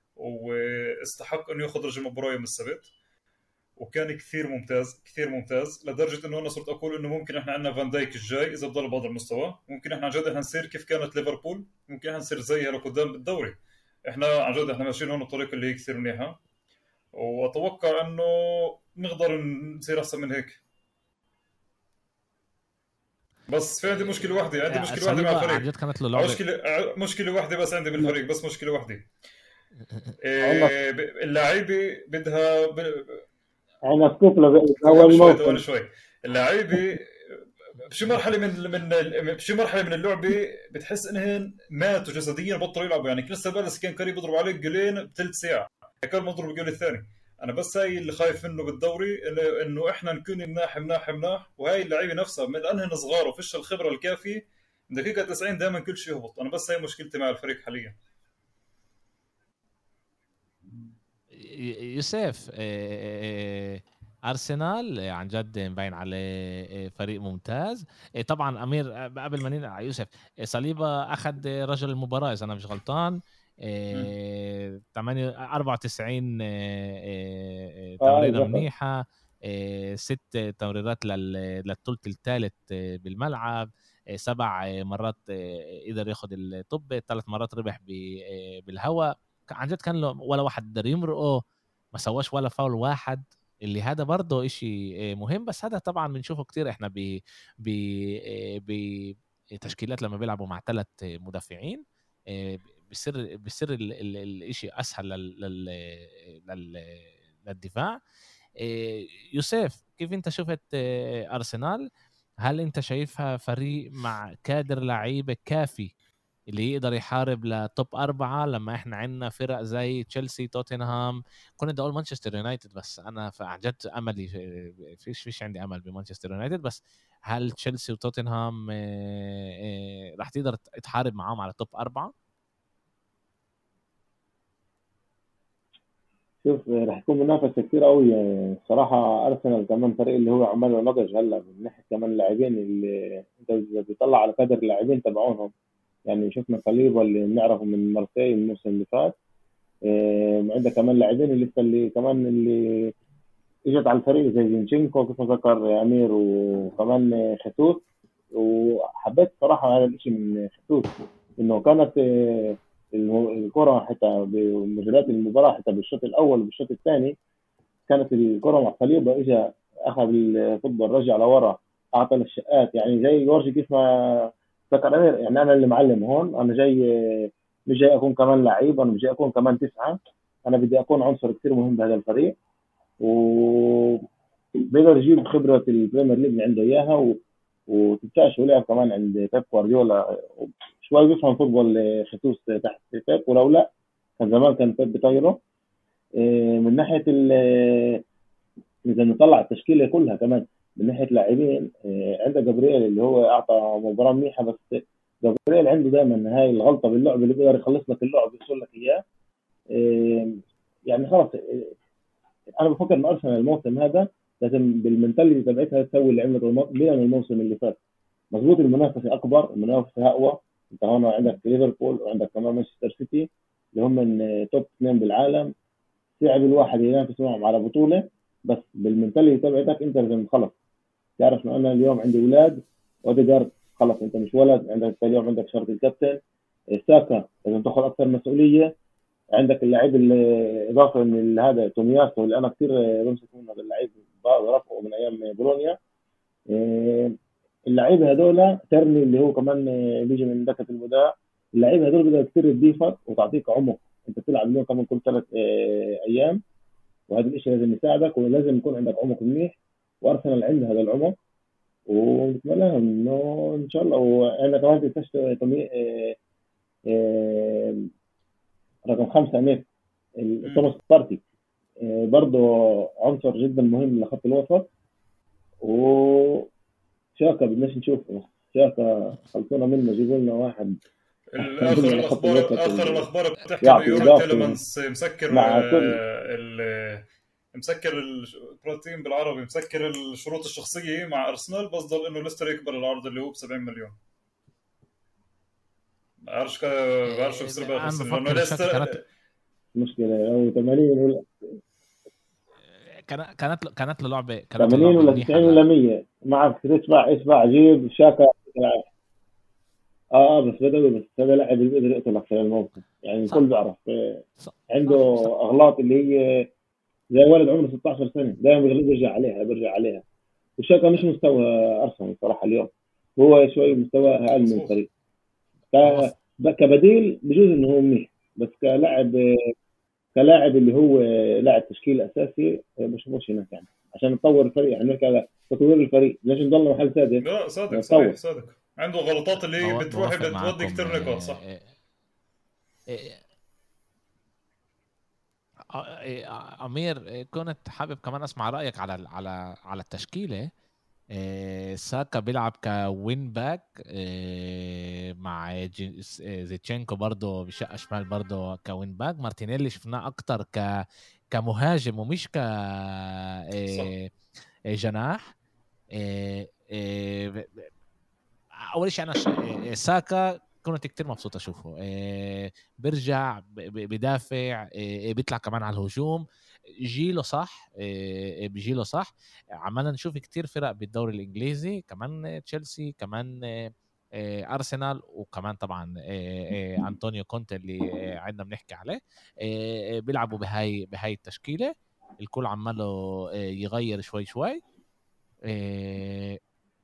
واستحق انه ياخذ رجل المباراه يوم السبت. وكان كثير ممتاز كثير ممتاز لدرجه انه انا صرت اقول انه ممكن احنا عندنا فان دايك الجاي اذا بضل بهذا المستوى، ممكن احنا عن جد احنا نصير كيف كانت ليفربول، ممكن احنا نصير زيها لقدام بالدوري. احنا عن جد احنا ماشيين هون الطريق اللي هي كثير منيحه، واتوقع انه نقدر نصير احسن من هيك. بس في عندي مشكله واحده، عندي مشكله واحده مع عن الفريق. جد كانت له لعبه مشكله مشكله واحده بس عندي بالفريق، بس مشكله واحده. إيه اللاعيبه بدها ب... انا كفله اول شوي ثواني شوي. اللاعيبه بشي مرحله من من بشي مرحله من اللعبه بتحس انهم ماتوا جسديا، بطلوا يلعبوا. يعني كريستال بالاس كان قريب يضرب عليك جولين بثلث ساعه، كان مضرب الجول الثاني. انا بس هاي اللي خايف منه بالدوري، انه احنا نكون مناح مناح مناح، وهاي اللعيبه نفسها من انهن صغار وفيش الخبره الكافيه دقيقه تسعين دائما كل شيء يهبط. انا بس هاي مشكلتي مع الفريق حاليا. يوسف، ارسنال عن جد مبين عليه فريق ممتاز. طبعا امير قبل ما ننقل على يوسف، صليبا اخذ رجل المباراه اذا انا مش غلطان، ثمانية أربعة وتسعين تمريره منيحه، ست تمريرات للثلث الثالث بالملعب، سبع مرات قدر ياخذ الطب، ثلاث مرات ربح بالهواء. عن جد كان له ولا واحد قدر يمرقه، ما سواش ولا فاول واحد، اللي هذا برضه إشي مهم. بس هذا طبعا بنشوفه كتير احنا ب ب بتشكيلات لما بيلعبوا مع ثلاث مدافعين، بصير بصير الإشي اسهل لل لل للدفاع. يوسف، كيف انت شفت ارسنال؟ هل انت شايفها فريق مع كادر لعيبه كافي اللي يقدر يحارب لتوب أربعة، لما إحنا عنا فرق زي تشيلسي توتنهام؟ كنت بدي أقول مانشستر يونايتد، بس أنا عن جد أملي فيش فيش عندي أمل بمانشستر يونايتد. بس هل تشيلسي وتوتنهام راح تقدر تحارب معهم على توب أربعة؟ شوف راح يكون منافسه كثير قوي صراحه. ارسنال كمان فريق اللي هو عمال نضج هلا من ناحيه كمان اللاعبين اللي انت بيطلع على قدر اللاعبين تبعونهم. يعني شفنا صليبا اللي بنعرفه من مارسيل الموسم اللي فات، إيه عندك كمان لاعبين اللي لسه اللي كمان اللي اجت على الفريق زي زينشينكو كيف ذكر امير، وكمان خطوط. وحبيت صراحه هذا الشيء من خطوط انه كانت آه، الم- الكره حتى بمجريات المباراه حتى بالشوط الاول وبالشوط الثاني كانت الكره مع صليبه اجى اخذ الفوتبول رجع لورا اعطى للشقات يعني زي جورج كيف ما ذكر أمير. يعني انا اللي معلم هون انا جاي آه، مش جاي اكون كمان لعيب انا مش جاي اكون كمان تسعه انا بدي اكون عنصر كثير مهم بهذا الفريق وبيقدر يجيب خبره البريمير ليج اللي عنده اياها و... وتنساش هو لعب كمان عند بيب جوارديولا شوي بيفهم فوتبول خصوص تحت بيب ولو لا كان زمان كان بيب بيطيره إيه، من ناحيه ال- اذا نطلع التشكيله كلها كمان من ناحيه لاعبين إيه، عندك جابرييل اللي هو اعطى مباراه منيحه بس جابرييل عنده دائما هاي الغلطه باللعب اللي بيقدر يخلص لك اللعب ويوصل لك اياه إيه، يعني خلاص إيه، انا بفكر ان ارسنال الموسم هذا لازم بالمنتاليتي تبعتها تسوي اللي عملته المو- ميلان الموسم اللي فات مضبوط المنافسه اكبر المنافسه اقوى انت هون عندك ليفربول وعندك كمان مانشستر سيتي اللي هم من توب اثنين بالعالم صعب الواحد ينافس معهم على بطوله بس بالمنتاليتي تبعتك انت لازم خلص تعرف انه انا اليوم عندي اولاد اوديجارد خلص انت مش ولد عندك اليوم عندك شرط الكابتن ساكا لازم تاخذ اكثر مسؤوليه عندك اللاعب الاضافه من هذا تومياسو اللي انا كثير بمسك منه هذا اللعيب برفقه من ايام بولونيا إيه، اللعيبه هذول ترني اللي هو كمان إيه، بيجي من دكه البداء اللعيبه هذول بيقدر كثير تضيفك وتعطيك عمق انت بتلعب اليوم كمان كل ثلاث إيه، ايام وهذا الشيء لازم يساعدك ولازم يكون عندك عمق منيح وارسنال عنده هذا العمق ونتمنى لهم انه ان شاء الله وانا كمان تنساش إيه، إيه، رقم خمسه امير مم. توماس بارتي إيه، برضه عنصر جدا مهم لخط الوسط وشاكا بدناش نشوفه شاكا خلصونا منه جيبوا لنا واحد احسن الاخر منه لخط الاخبار الوسط اخر اللي الاخبار بتحكي انه يعطي يوري اضافه تيلمانس مسكر مع كل آه، ال مسكر البروتين بالعربي مسكر الشروط الشخصيه مع ارسنال بس ضل انه ليستر يقبل العرض اللي هو ب سبعين مليون. ما بعرفش كا- ما بعرف شو بصير باخر انا السنه لانه بفكر الشاكا كانت ليستر مشكله او ثمانين ولا كانت كانت له كانت له لعبه كانت له ثمانين لعبه ولا منيحه تسعين ولا ل... مية معك تدفع اسمع جيب شاكا اه بس بدوي بس هذا لاعب اللي بيقدر يقتلك في الموسم يعني الكل صح بيعرف آه، صح عنده صح, صح. اغلاط اللي هي زي ولد عمره ستة عشر سنه دائما بيغلط بيرجع عليها بيرجع عليها وشاكا مش مستوى ارسنال صراحه اليوم هو شوي مستوى اقل من مظبوط. الفريق هو ك- كبديل بجوز انه هو منيح بس كلاعب كلاعب اللي هو لاعب تشكيل اساسي مش مش هناك يعني عشان نطور الفريق يعني نحكي على تطوير الفريق ليش نضل محل سادس لا صادق صحيح نتطور صادق عنده غلطات اللي هي بو- بتروح بوافق بتودي معكم كتير نقاط صح. آه، آه، آه، آه، امير آه، كنت حابب كمان اسمع رايك على ال- على على التشكيله. آه، ساكا بيلعب كوين باك آه، مع جي- س- آه، زيتشينكو برضه بشق شمال برضه كوين باك. مارتينيلي شفناه اكتر ك كمهاجم ومش ك صح آه، آه، جناح. آه، آه، ب- ب- اول شيء انا ش... آه، آه، ساكا كنت كتير مبسوط اشوفه آه، بيرجع ب- ب- بدافع آه، بيطلع كمان على الهجوم جيله صح آه، بجيله صح. عمالنا نشوف كتير فرق بالدوري الانجليزي كمان تشيلسي كمان آه، آه، ارسنال وكمان طبعا آه، آه، انطونيو كونتي اللي آه، عندنا بنحكي عليه آه، آه، بيلعبوا بهاي بهاي التشكيله. الكل عماله آه، يغير شوي شوي آه،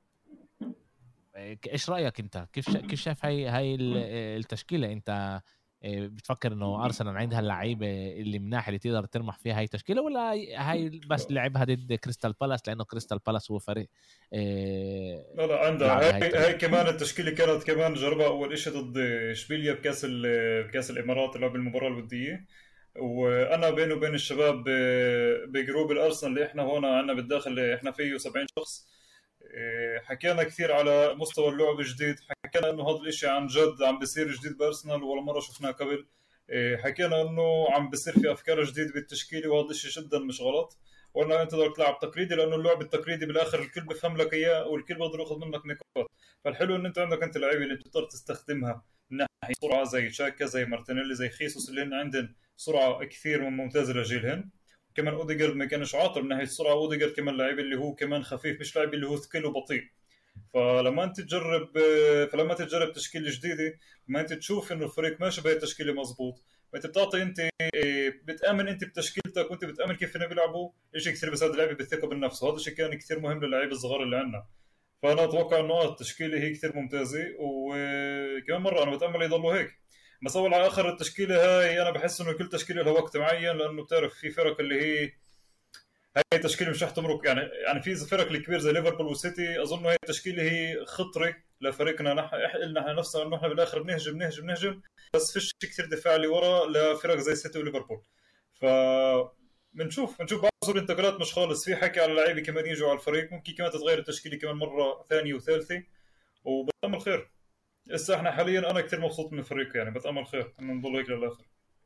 ايش رايك انت كيف شا... كيف شايف هاي هاي ال- التشكيله انت آه، بتفكر انه ارسنال عندها اللعيبه اللي مناح اللي تقدر ترمح فيها هاي التشكيله ولا هاي بس لعبها ضد كريستال بالاس لانه كريستال بالاس هو فريق آه، لا لا عندها بيلعب هاي بهاي هاي الطريقه. كمان التشكيله كانت كمان جربها اول شيء ضد اشبيليا بكاس ال- بكاس الامارات اللي هو بالمباراه الوديه. وانا بيني وبين الشباب ب- بجروب الارسنال اللي احنا هون عندنا بالداخل اللي احنا فيه سبعين شخص إيه، حكينا كثير على مستوى اللعب الجديد. حكينا انه هذا الاشي عن جد عم بيصير جديد بارسنال ولا مره شفناه قبل. إيه، حكينا انه عم بيصير في افكار جديده بالتشكيله وهذا الشيء جدا مش غلط. وانه انت بدك تلعب تقليدي لانه اللعب التقليدي بالاخر الكل بفهم لك اياه والكل بيقدر ياخذ منك نقاط. فالحلو ان انت عندك انت لعيبه اللي بتقدر تستخدمها من ناحيه سرعه زي شاكا زي مارتينيلي زي خيسوس اللي هن عندهم سرعه كثير ممتازه لجيلهن. كمان اوديجارد ما كانش عاطل من ناحيه السرعه. اوديجارد كمان لاعب اللي هو كمان خفيف مش لاعب اللي هو ثقيل وبطيء. فلما انت تجرب فلما تجرب تشكيله جديده، ما انت تشوف انه الفريق ماشي بهي التشكيله مزبوط، انت بتعطي انت بتامن انت بتشكيلتك وانت بتامن كيف انه بيلعبوا، شيء كثير بيساعد اللعيبه بالثقه بالنفس، وهذا الشيء كان كثير مهم للعيبه الصغار اللي عندنا. فانا اتوقع انه اه التشكيله هي كثير ممتازه، وكمان مره انا بتامل يضلوا هيك. بس اول على اخر التشكيله هاي انا بحس انه كل تشكيله لها وقت معين، لانه بتعرف في فرق اللي هي هاي تشكيله مش رح تمرق، يعني يعني في فرق الكبير زي ليفربول والسيتي اظن هاي التشكيله هي خطره لفريقنا، نحن احنا نفسنا انه احنا بالاخر بنهجم بنهجم بنهجم بس فيش كثير دفاع اللي ورا لفرق زي السيتي وليفربول. ف بنشوف بنشوف بعض الانتقالات مش خالص، في حكي على اللعيبه كمان يجوا على الفريق، ممكن كمان تتغير التشكيله كمان مره ثانيه وثالثه، وبتامل خير. لسه احنا حاليا انا كثير مبسوط من الفريق، يعني بتامل خير انه نضل هيك للاخر.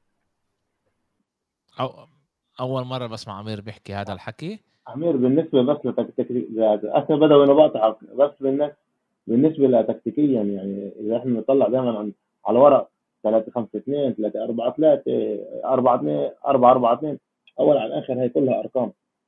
أو اول مره بسمع عمير بيحكي هذا الحكي. عمير بالنسبه بس لتكتيك اصلا بدأوا انا بقطعك بس بالنسبه بالنسبه لتكتيكيا، يعني اذا احنا نطلع دائما عن على ورق ثلاثة خمسة اثنين ثلاثة أربعة ثلاثة أربعة اثنين أربعة أربعة اثنين، اول على الاخر هي كلها ارقام.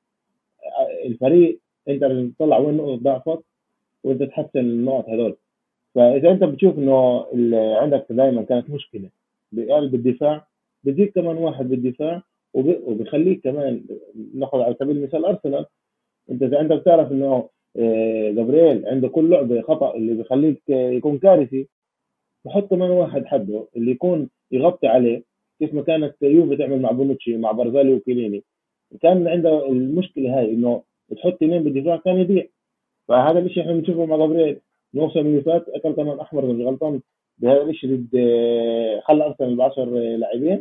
الفريق انت لازم تطلع وين نقطه ضعفك وانت تحسن النقط هذول. فاذا انت بتشوف انه اللي عندك دائما كانت مشكله بقلب الدفاع، بتزيد كمان واحد بالدفاع وب- وبخليك كمان. ناخذ على سبيل المثال ارسنال، انت اذا انت بتعرف انه آه، جبريل عنده كل لعبه خطا اللي بيخليك آه، يكون كارثي، تحط كمان واحد حده اللي يكون يغطي عليه، كيف ما كانت يوفي تعمل مع بونوتشي مع بارزالي وكيليني. كان عنده المشكله هاي انه تحط اثنين بالدفاع كان يضيع. فهذا الشيء احنا بنشوفه مع جبريل الموسم اللي فات، اكل كمان احمر مش غلطان بهذا الشيء ضد آه، خلى ارسنال ب عشرة لاعبين.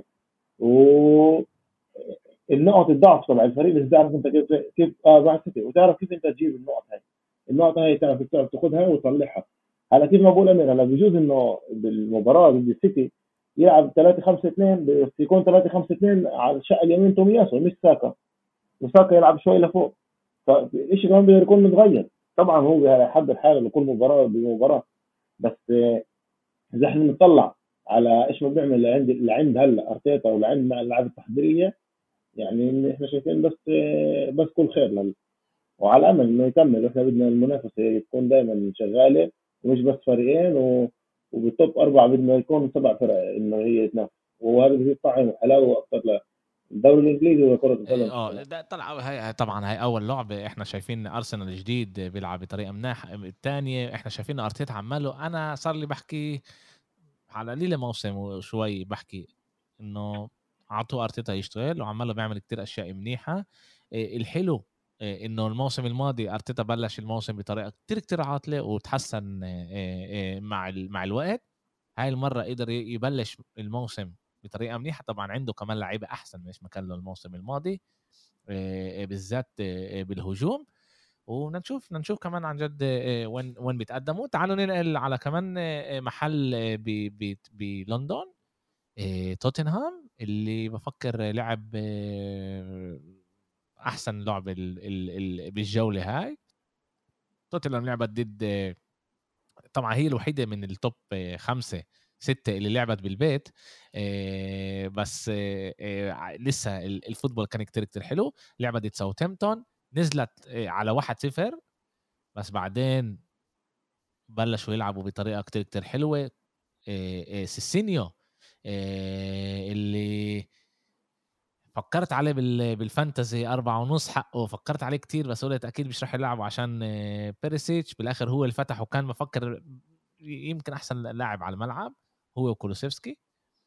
و النقط الضعف تبع الفريق بس تعرف انت كيف كيف اه مع السيتي، وتعرف كيف انت تجيب النقط هاي. النقط هاي تعرف تعرف تاخذها وتطلعها. هلا كيف ما بقول امير، هلا بجوز انه بالمباراه ضد السيتي يلعب ثلاثة خمسة اثنين، بس يكون ثلاثة خمسة اثنين على الشق اليمين تومياسو مش ساكا، وساكا يلعب شوي لفوق. فالشيء كمان بده يكون متغير. طبعا هو بيحضر حاله لكل مباراه بمباراه، بس آه، اذا احنا بنطلع على ايش ما بنعمل لعند لعند هلا ارتيتا ولعند مع الالعاب التحضيريه، يعني إن احنا شايفين بس بس كل خير لل... وعلى امل انه يكمل. احنا بدنا المنافسه تكون دائما شغاله ومش بس فريقين، و... وبالتوب اربعه بدنا يكون سبع فرق انه هي تنافس، وهذا بيصير طعم وحلاوه اكثر للدوري الانجليزي وكره إيه، القدم. اه ده طلع هاي طبعا هاي اول لعبه احنا شايفين ارسنال الجديد بيلعب بطريقه مناح. الثانيه احنا شايفين ارتيتا عماله، انا صار لي بحكي على ليلة موسم وشوي بحكي انه عطوا ارتيتا يشتغل وعماله بيعمل كتير اشياء منيحه. إيه الحلو، إيه انه الموسم الماضي ارتيتا بلش الموسم بطريقه كتير كتير عاطله وتحسن إيه إيه مع مع الوقت. هاي المره قدر يبلش الموسم بطريقه منيحه. طبعا عنده كمان لعيبه احسن مش ما كان له الموسم الماضي، إيه بالذات إيه بالهجوم. وبدنا نشوف بدنا نشوف كمان عن جد آه، وين وين بيتقدموا. تعالوا ننقل على كمان آه، محل آه، ب- ب- بلندن، آه، توتنهام اللي بفكر لعب آه، احسن لعب ال- ال- ال- بالجوله هاي. توتنهام لعبت ضد آه، طبعا هي الوحيده من التوب آه، خمسة ستة اللي لعبت بالبيت. آه، بس آه، آه، لسه ال- الفوتبول كان كتير كتير حلو. لعبت ضد ساوثهامبتون، نزلت آه، على واحد صفر، بس بعدين بلشوا يلعبوا بطريقه كتير كتير حلوه. إيه إيه سيسينيو، إيه اللي فكرت عليه بال- بالفانتزي أربعة ونص حقه، فكرت عليه كتير بس قلت أكيد مش راح يلعبوا عشان إيه بيريسيتش. بالآخر هو اللي فتح، وكان مفكر يمكن أحسن لاعب على الملعب هو وكولوسيفسكي.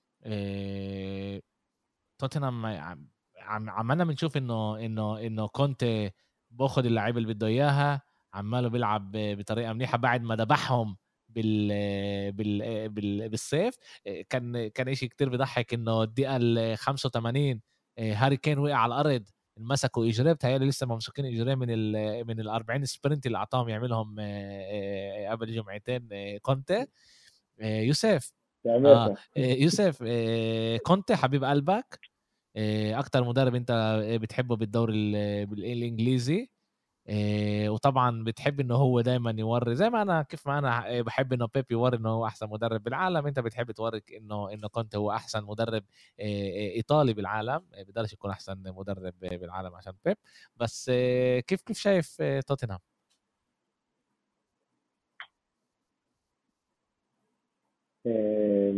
إيه توتنهام عم عم- عمالنا بنشوف إنه إنه إنه كونتي باخد اللعيبة اللي بده إياها، عماله بيلعب بطريقة منيحة بعد ما ذبحهم بال بال بال بالصيف. كان كان شيء كتير بيضحك انه الدقيقه ال خمسة وثمانين هاري كين وقع على الارض، مسكوا اجريه، بتهيألي لسه ما ممسكين اجريه من ال من ال أربعين سبرنت اللي اعطاهم يعملهم قبل جمعتين كونتي. يوسف في اه امريكا. يوسف كونتي حبيب قلبك، اكتر مدرب انت بتحبه بالدوري الانجليزي. إيه وطبعا بتحب انه هو دايما يوري زي ما انا، كيف ما انا بحب انه بيب يوري انه هو احسن مدرب بالعالم، انت بتحب توريك انه انه كنت هو احسن مدرب إيه ايطالي بالعالم. إيه بيقدرش يكون احسن مدرب بالعالم عشان بيب. بس إيه كيف كيف شايف إيه توتنهام؟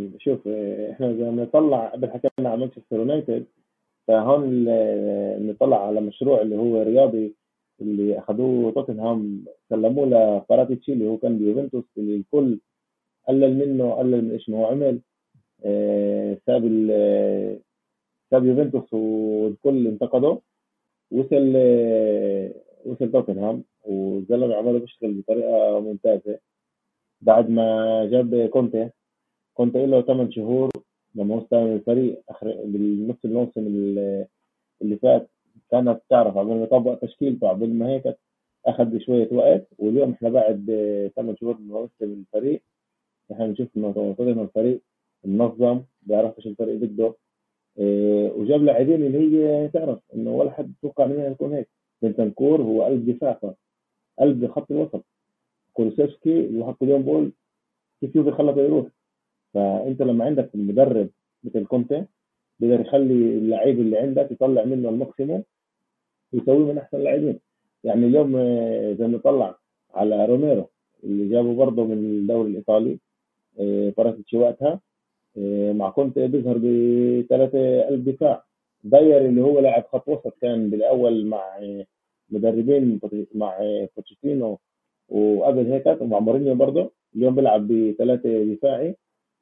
شوف احنا اذا نطلع قبل حكينا عن مانشستر يونايتد، فهون نطلع على مشروع اللي هو رياضي اللي اخذوه توتنهام سلموه لباراتيتشي اللي هو كان بيوفنتوس، اللي الكل قلل منه قلل من ايش ما هو عمل. آه، ساب ساب يوفنتوس والكل انتقده، وصل آه، وصل توتنهام والزلمه عمله بيشتغل بطريقه ممتازه. بعد ما جاب كونتي كونتي له ثمان شهور لما استلم الفريق اخر بالنص الموسم اللي فات، كانت تعرف قبل ما يطبق تشكيلته قبل ما هيك اخذ شويه وقت، واليوم احنا بعد ثمان شهور من هو استلم الفريق احنا بنشوف انه توتنهام الفريق منظم، بيعرف ايش الفريق بده. إيه وجاب لاعبين اللي هي تعرف انه ولا حد توقع منها يكون هيك. بنتنكور هو قلب دفاع، قلب خط الوسط. كولوسيفسكي اللي حط اليوم بقول كيف يوفي خلطه يروح. فانت لما عندك المدرب مثل كونتي بيقدر يخلي اللعيب اللي عندك يطلع منه الماكسيموم ويسويه من احسن اللاعبين. يعني اليوم زي ما نطلع على روميرو اللي جابه برضه من الدوري الايطالي، باراتيتشي وقتها مع كونتي بيظهر بثلاثه قلب دفاع. داير اللي هو لاعب خط وسط كان بالاول مع مدربين مع بوتشيتينو وقبل هيك ومع مورينيو برضه، اليوم بيلعب بثلاثه دفاعي.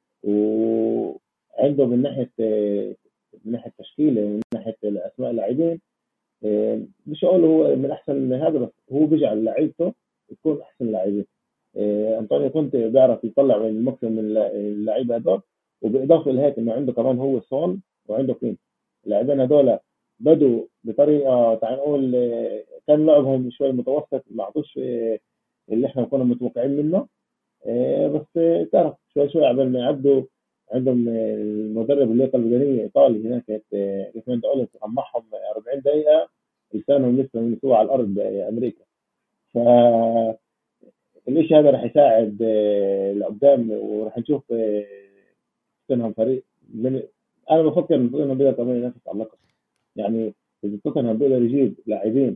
وعنده من ناحيه من ناحيه تشكيله من ناحيه اسماء اللاعبين مش هقول هو من احسن هذا، بس هو بيجعل لعيبته تكون احسن لاعبين. انطونيو كونتي بيعرف يطلع من الماكسيموم من اللعيبه هذول، وبالاضافه لهيك انه عنده كمان هو سون وعنده كين. اللاعبين هذول بدوا بطريقه تعال نقول كان لعبهم شوي متوسط، ما عطوش اللي احنا كنا متوقعين منه، بس تعرف شوي شوي قبل ما يعدوا. عندهم المدرب اللي قلب بدنيه ايطالي هناك ريفيندو اوليس معهم أربعين دقيقه لسانهم لسه منسوع على الارض بامريكا. ف الشيء هذا راح يساعد لقدام، وراح نشوف توتنهام فريق من انا بفكر ان توتنهام بيقدر كمان ينافس على اللقب. يعني اذا توتنهام بيقدر يجيب لاعبين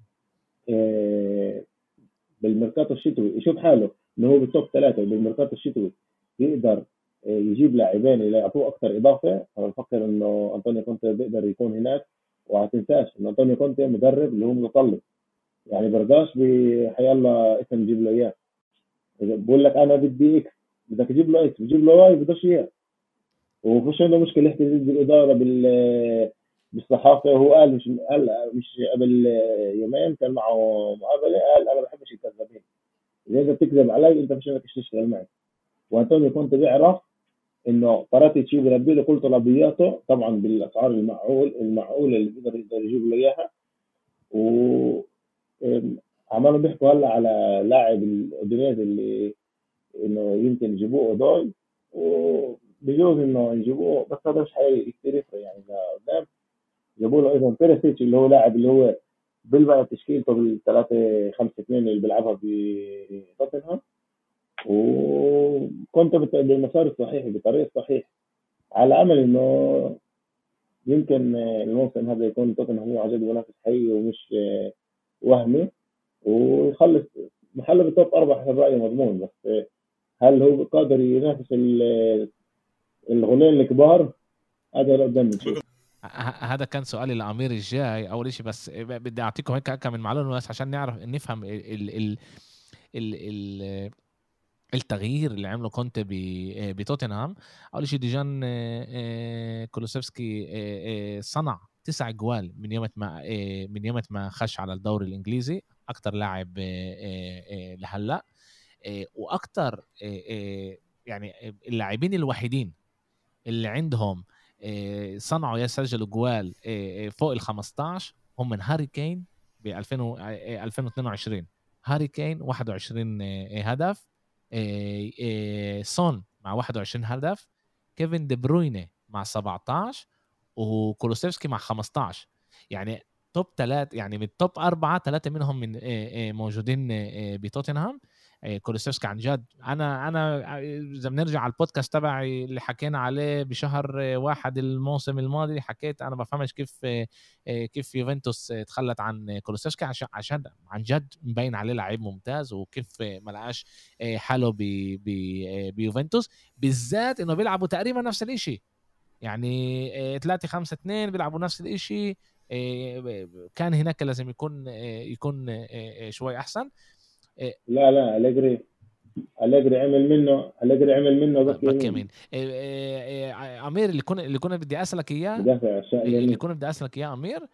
بالميركاتو الشتوي يشوف حاله انه هو بالتوب ثلاثه بالميركاتو الشتوي يقدر يجيب لاعبين اللي يعطوه اكثر اضافه، انا بفكر انه انطونيو كونتي بيقدر يكون هناك. وهتنساش ان انطونيو كونتي مدرب اللي هو متطلب، يعني برضاش بحي الله اسم نجيب له اياه. بقول لك انا بدي اكس بدك تجيب له اكس بتجيب له واي بدوش اياه، ومش عنده مشكله يحكي ضد الاداره بال بالصحافه. وهو قال مش قال مش قبل يومين كان معه مقابله قال انا ما بحبش الكذابين، اذا انت بتكذب علي انت مش انك تشتغل معي. وانطونيو كونتي بيعرف انه باراتيتشي بيلبي له كل طلبياته طبعا بالاسعار المعقول المعقوله اللي بيقدر يقدر يجيب له اياها. و عمالهم بيحكوا هلا على لاعب الاودينيز اللي انه يمكن يجيبوه اودوي، وبيجوز انه يجيبوه بس هذا مش حقيقي كثير يفرق يعني قدام. جابوا له ايضا بيريسيتش اللي هو لاعب اللي هو بيلعب تشكيلته بالثلاثة خمسة اثنين اللي بيلعبها بتوتنهام، وكنت بالمسار الصحيح بالطريق الصحيح على امل انه يمكن الموسم هذا يكون توتنهام هو عجل منافس حقيقي ومش وهمي، ويخلص محله بالتوب أربعة حسب رأيي مضمون. بس هل هو قادر ينافس الغولين الكبار؟ هذا لا قدام نشوف. هذا كان سؤالي لأمير الجاي أول شيء، بس بدي أعطيكم هيك كم من معلومة بس عشان نعرف نفهم ال ال ال ال التغيير اللي عمله كونتي بتوتنهام. أول شيء ديجان كولوسيفسكي صنع تسع جوال من يوم ما من يوم ما خش على الدوري الإنجليزي، أكتر لاعب لهلا، وأكتر يعني اللاعبين الوحيدين اللي عندهم صنعوا يسجلوا جوال فوق ال خمستاشر هم من هاري كين ب ألفين واثنين وعشرين. هاري كين واحد وعشرين هدف، سون مع واحد وعشرين هدف، كيفن دي بروينه مع سبعتاشر، وكولوسيفسكي مع خمستاشر. يعني توب ثلاثة، يعني من التوب أربعة ثلاثة منهم من موجودين بتوتنهام. كولوسيفسكي عن جد انا انا اذا بنرجع على البودكاست تبعي اللي حكينا عليه بشهر واحد الموسم الماضي، حكيت انا بفهمش كيف كيف يوفنتوس تخلت عن كولوسيفسكي عشان عشان عن جد مبين عليه لعيب ممتاز، وكيف ما لقاش حاله بيوفنتوس بالذات انه بيلعبوا تقريبا نفس الاشي، يعني ثلاثة خمسة اثنين بيلعبوا نفس الاشي. كان هناك لازم يكون يكون شوي احسن. لا لا أليجري أليجري عمل منه أليجري عمل منه باك باك يمين. امير اللي كنا اللي كنا بدي اسالك اياه اللي كنا بدي اسالك اياه امير،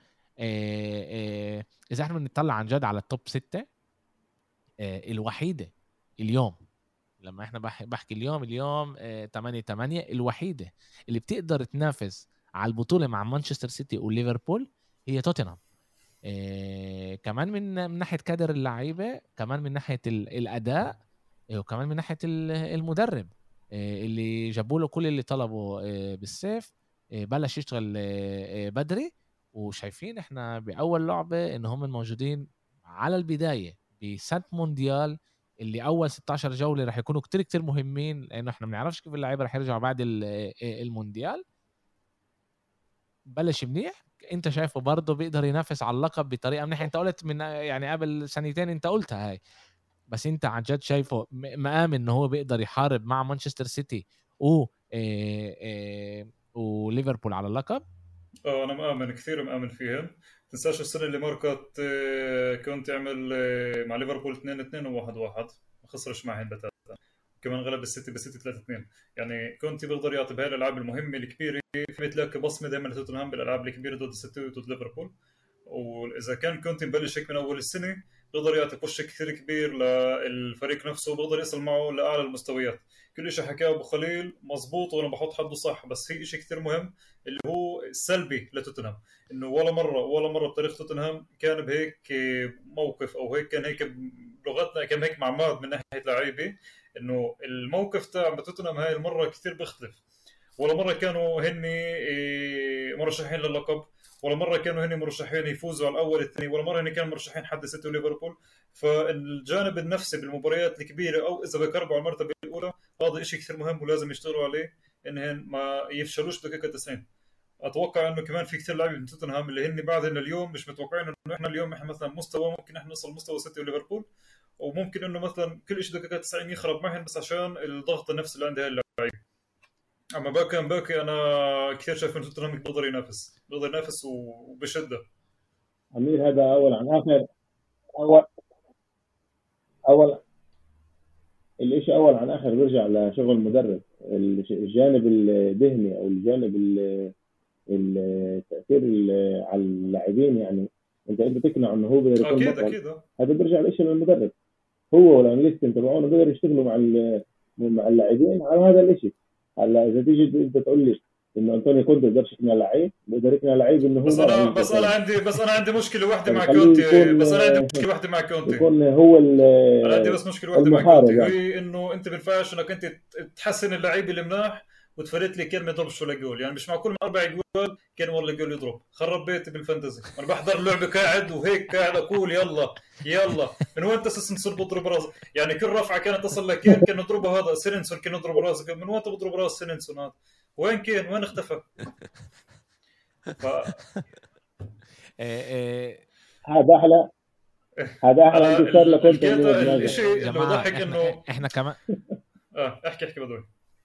اذا احنا بنطلع عن جد على التوب ستة الوحيده اليوم، لما احنا بحكي اليوم اليوم ثمانية ثمانية الوحيده اللي بتقدر تنافس على البطوله مع مانشستر سيتي وليفربول هي توتنهام. إيه كمان من من ناحيه كادر اللعيبه، كمان من ناحيه الاداء، وكمان من ناحيه المدرب إيه اللي جابوا له كل اللي طلبه إيه بالسيف. إيه بلش يشتغل إيه بدري، وشايفين احنا باول لعبه ان هم موجودين على البدايه بسنت مونديال اللي اول ستة عشر جوله راح يكونوا كتير كتير مهمين، لانه احنا ما بنعرفش كيف اللعيبه راح يرجعوا بعد المونديال. بلش منيح، انت شايفه برضه بيقدر ينافس على اللقب بطريقه منيحه. انت قلت من يعني قبل سنتين انت قلتها هاي، بس انت عن جد شايفه مآمن انه هو بيقدر يحارب مع مانشستر سيتي و إيه إيه وليفربول على اللقب؟ اه انا مآمن كثير مآمن فيهم. تنساش السنه اللي مركت كنت يعمل مع ليفربول اثنين اثنين وواحد واحد، ما خسرش معهم بتاتا، كمان غلب السيتي بالسيتي ثلاثة اثنين. يعني كنت بيقدر يعطي بهاي الالعاب المهمه الكبيره في مثلك بصمه دائما توتنهام بالالعاب الكبيره ضد السيتي وضد ليفربول. واذا كان كنت مبلش هيك من اول السنه بيقدر يعطي بوش كثير كبير للفريق نفسه، بيقدر يصل معه لاعلى المستويات. كل شيء حكاه ابو خليل مزبوط وانا بحط حده صح، بس في شيء كثير مهم اللي هو السلبي لتوتنهام، انه ولا مره ولا مره بتاريخ توتنهام كان بهيك موقف او هيك كان هيك بلغتنا كان هيك معماد من ناحيه لعيبه، انه الموقف تاع توتنهام هاي المره كثير بيختلف. ولا مره كانوا هن مرشحين للقب، ولا مره كانوا هن مرشحين يفوزوا على الاول الثاني، ولا مره هن كانوا مرشحين حد سيتي وليفربول. فالجانب النفسي بالمباريات الكبيره او اذا بيقربوا على المرتبه الاولى هذا شيء كثير مهم ولازم يشتغلوا عليه انهم ما يفشلوش بدقيقه تسعين. اتوقع انه كمان في كثير لاعبين من توتنهام اللي هن بعدين اليوم مش متوقعين انه احنا اليوم احنا مثلا مستوى ممكن احنا نوصل مستوى سيتي وليفربول، وممكن انه مثلا كل شيء دقيقه تسعين يخرب معهم بس عشان الضغط النفسي اللي عند هاي اللعيبه. اما باكي باكي انا كثير شايف انه توتنهام بيقدر ينافس بيقدر ينافس وبشده. امير هذا اول عن اخر اول اول الاشي اول عن اخر بيرجع لشغل المدرب، الجانب الذهني او الجانب التاثير على اللاعبين. يعني انت انت تقنع انه هو بيقدر يكون اكيد اكيد هذا بيرجع لإشي للمدرب، هو والاناليست تبعونه بيقدروا يشتغلوا مع مع اللاعبين على هذا الاشي. هلا اذا تيجي انت تقول لي انه انطونيو كونتي بيقدر يقنع لعيب، بيقدر يقنع لعيب انه هو بس انا بس انا عندي بس انا عندي مشكله واحده مع كونتي، بس انا عندي مشكله واحده مع كونتي يكون هو انا عندي بس مشكله واحده مع كونتي يعني. هي انه انت بينفعش انك انت تحسن اللعيب اللي مناح وتفرت لي كلمه يضربش ولا جول. يعني مش معقول من اربع جول كان ولا جول يضرب. خرب بيتي بالفانتزي، انا بحضر اللعبه قاعد وهيك قاعد اقول يلا يلا من وين اساسا نصير بضرب راسك؟ يعني كل رفعه كانت تصل لكين كان نضربها هذا سينسون كان يضرب راسك، من وين تضرب راس سينسون هذا؟ وين كان وين اختفى؟ ف هذا احلى هذا احلى انتصار لكونتي. الشيء اللي بضحك انه احنا كمان اه احكي احكي بدوي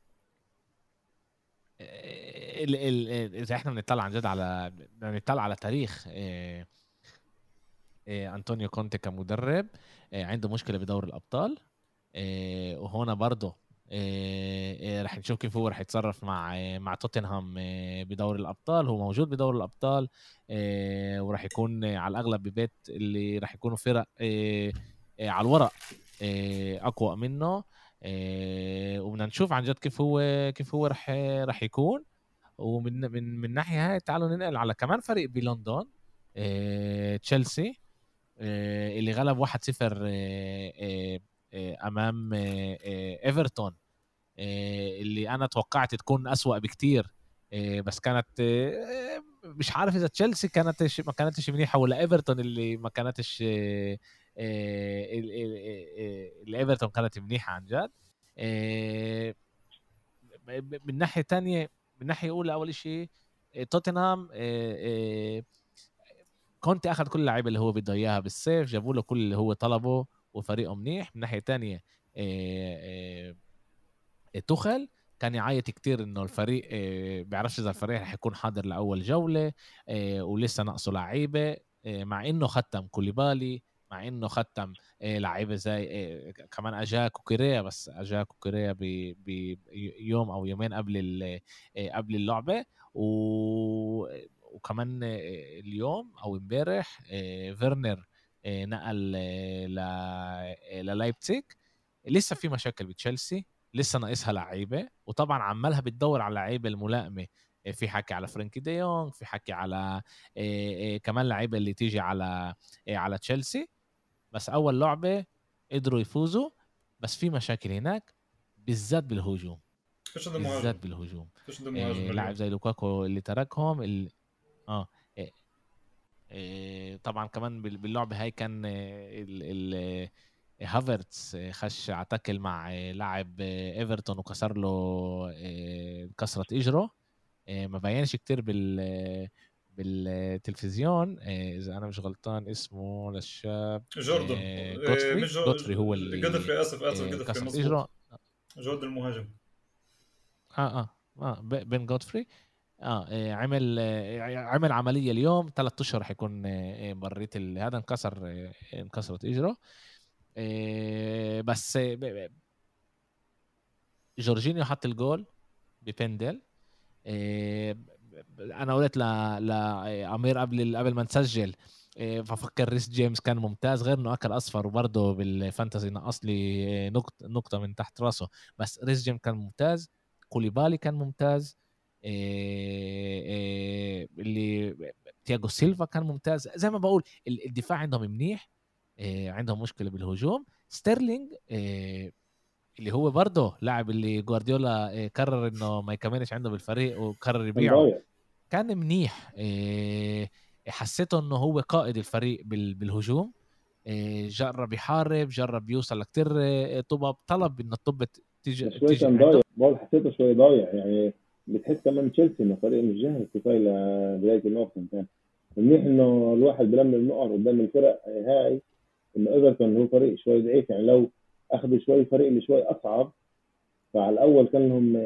اذا احنا بنطلع عن جد على بنطلع على تاريخ إيه إيه أنطونيو كونتي كمدرب، إيه عنده مشكلة بدور الأبطال، إيه وهنا برضه إيه إيه رح نشوف كيف هو رح يتصرف مع إيه مع توتنهام إيه بدور الأبطال. هو موجود بدور الأبطال إيه ورح يكون إيه على الأغلب ببيت اللي رح يكونوا فرق إيه إيه على الورق إيه أقوى منه. إيه وبدنا نشوف عن جد كيف هو كيف هو رح رح يكون. ومن من من ناحية هاي تعالوا ننقل على كمان فريق بلندن إيه تشيلسي إيه اللي غلب واحد صفر إيه إيه امام إيه ايفرتون إيه اللي انا توقعت تكون اسوأ بكتير. إيه بس كانت إيه مش عارف اذا تشيلسي كانت ما كانتش منيحه ولا ايفرتون اللي ما كانتش إيه إيه الايفرتون كانت منيحه عن جد. من ناحيه تانية، من ناحيه اولى، اول شيء توتنهام كونتي اخذ كل اللعيبه اللي هو بده اياها بالصيف، جابوا له كل اللي هو طلبه وفريقه منيح. من ناحيه تانية توخل كان يعيط كتير انه الفريق بيعرفش اذا الفريق رح يكون حاضر لاول جوله ولسه ناقصه لعيبه، مع انه ختم كوليبالي، مع انه ختم لعيبه زي كمان اجاك وكوريا، بس اجاك وكوريا بيوم او يومين قبل قبل اللعبه. وكمان اليوم او امبارح فيرنر نقل للايبزيج. لسه في مشاكل بتشيلسي، لسه ناقصها لعيبه، وطبعا عمالها بتدور على لعيبه الملائمه. في حكي على فرانكي دي يونغ، في حكي على كمان لعيبه اللي تيجي على على تشيلسي. بس اول لعبه قدروا يفوزوا، بس في مشاكل هناك بالذات بالهجوم، بالذات بالهجوم. إيه لاعب زي لوكاكو اللي تركهم ال... اه إيه إيه طبعا كمان باللعبه هاي كان ال... ال... هافرتس خش عتكل مع لاعب ايفرتون وكسر له كسرة اجره. ما بينش كتير بال بالتلفزيون، اذا انا مش غلطان اسمه للشاب جوردن جودفري. جودفري هو اللي جودفري اسف اسف جودفري مظبوط، جوردن المهاجم. اه اه اه بن جودفري اه عمل عمل عمليه اليوم ثلاثة اشهر رح يكون مريت هذا انكسر انكسرت اجره. بس جورجينيو حط الجول ببندل. انا قلت لأمير قبل قبل ما نسجل ففكر ريس جيمس كان ممتاز، غير انه اكل اصفر وبرضه بالفانتزي نقص لي نقطه نقطه من تحت راسه. بس ريس جيمس كان ممتاز، كوليبالي كان ممتاز، اللي تياغو سيلفا كان ممتاز. زي ما بقول الدفاع عندهم منيح، عندهم مشكله بالهجوم. ستيرلينج اللي هو برضه لاعب اللي جوارديولا قرر انه ما يكملش عنده بالفريق وقرر يبيعه، كان منيح. حسيته انه هو قائد الفريق بالهجوم، جرب يحارب، جرب يوصل لكتير طبب، طلب انه الطب تيجي تيجي عنده. بقول حسيته شوي ضايع، يعني بتحس كمان تشيلسي انه فريق مش جاهز كفايه لبدايه الموسم. كان منيح انه الواحد بلم النقط قدام الفرق هاي، انه ايفرتون هو فريق شوي ضعيف، يعني لو اخذوا شوي فريق اللي شوي اصعب، فعلى الاول كان لهم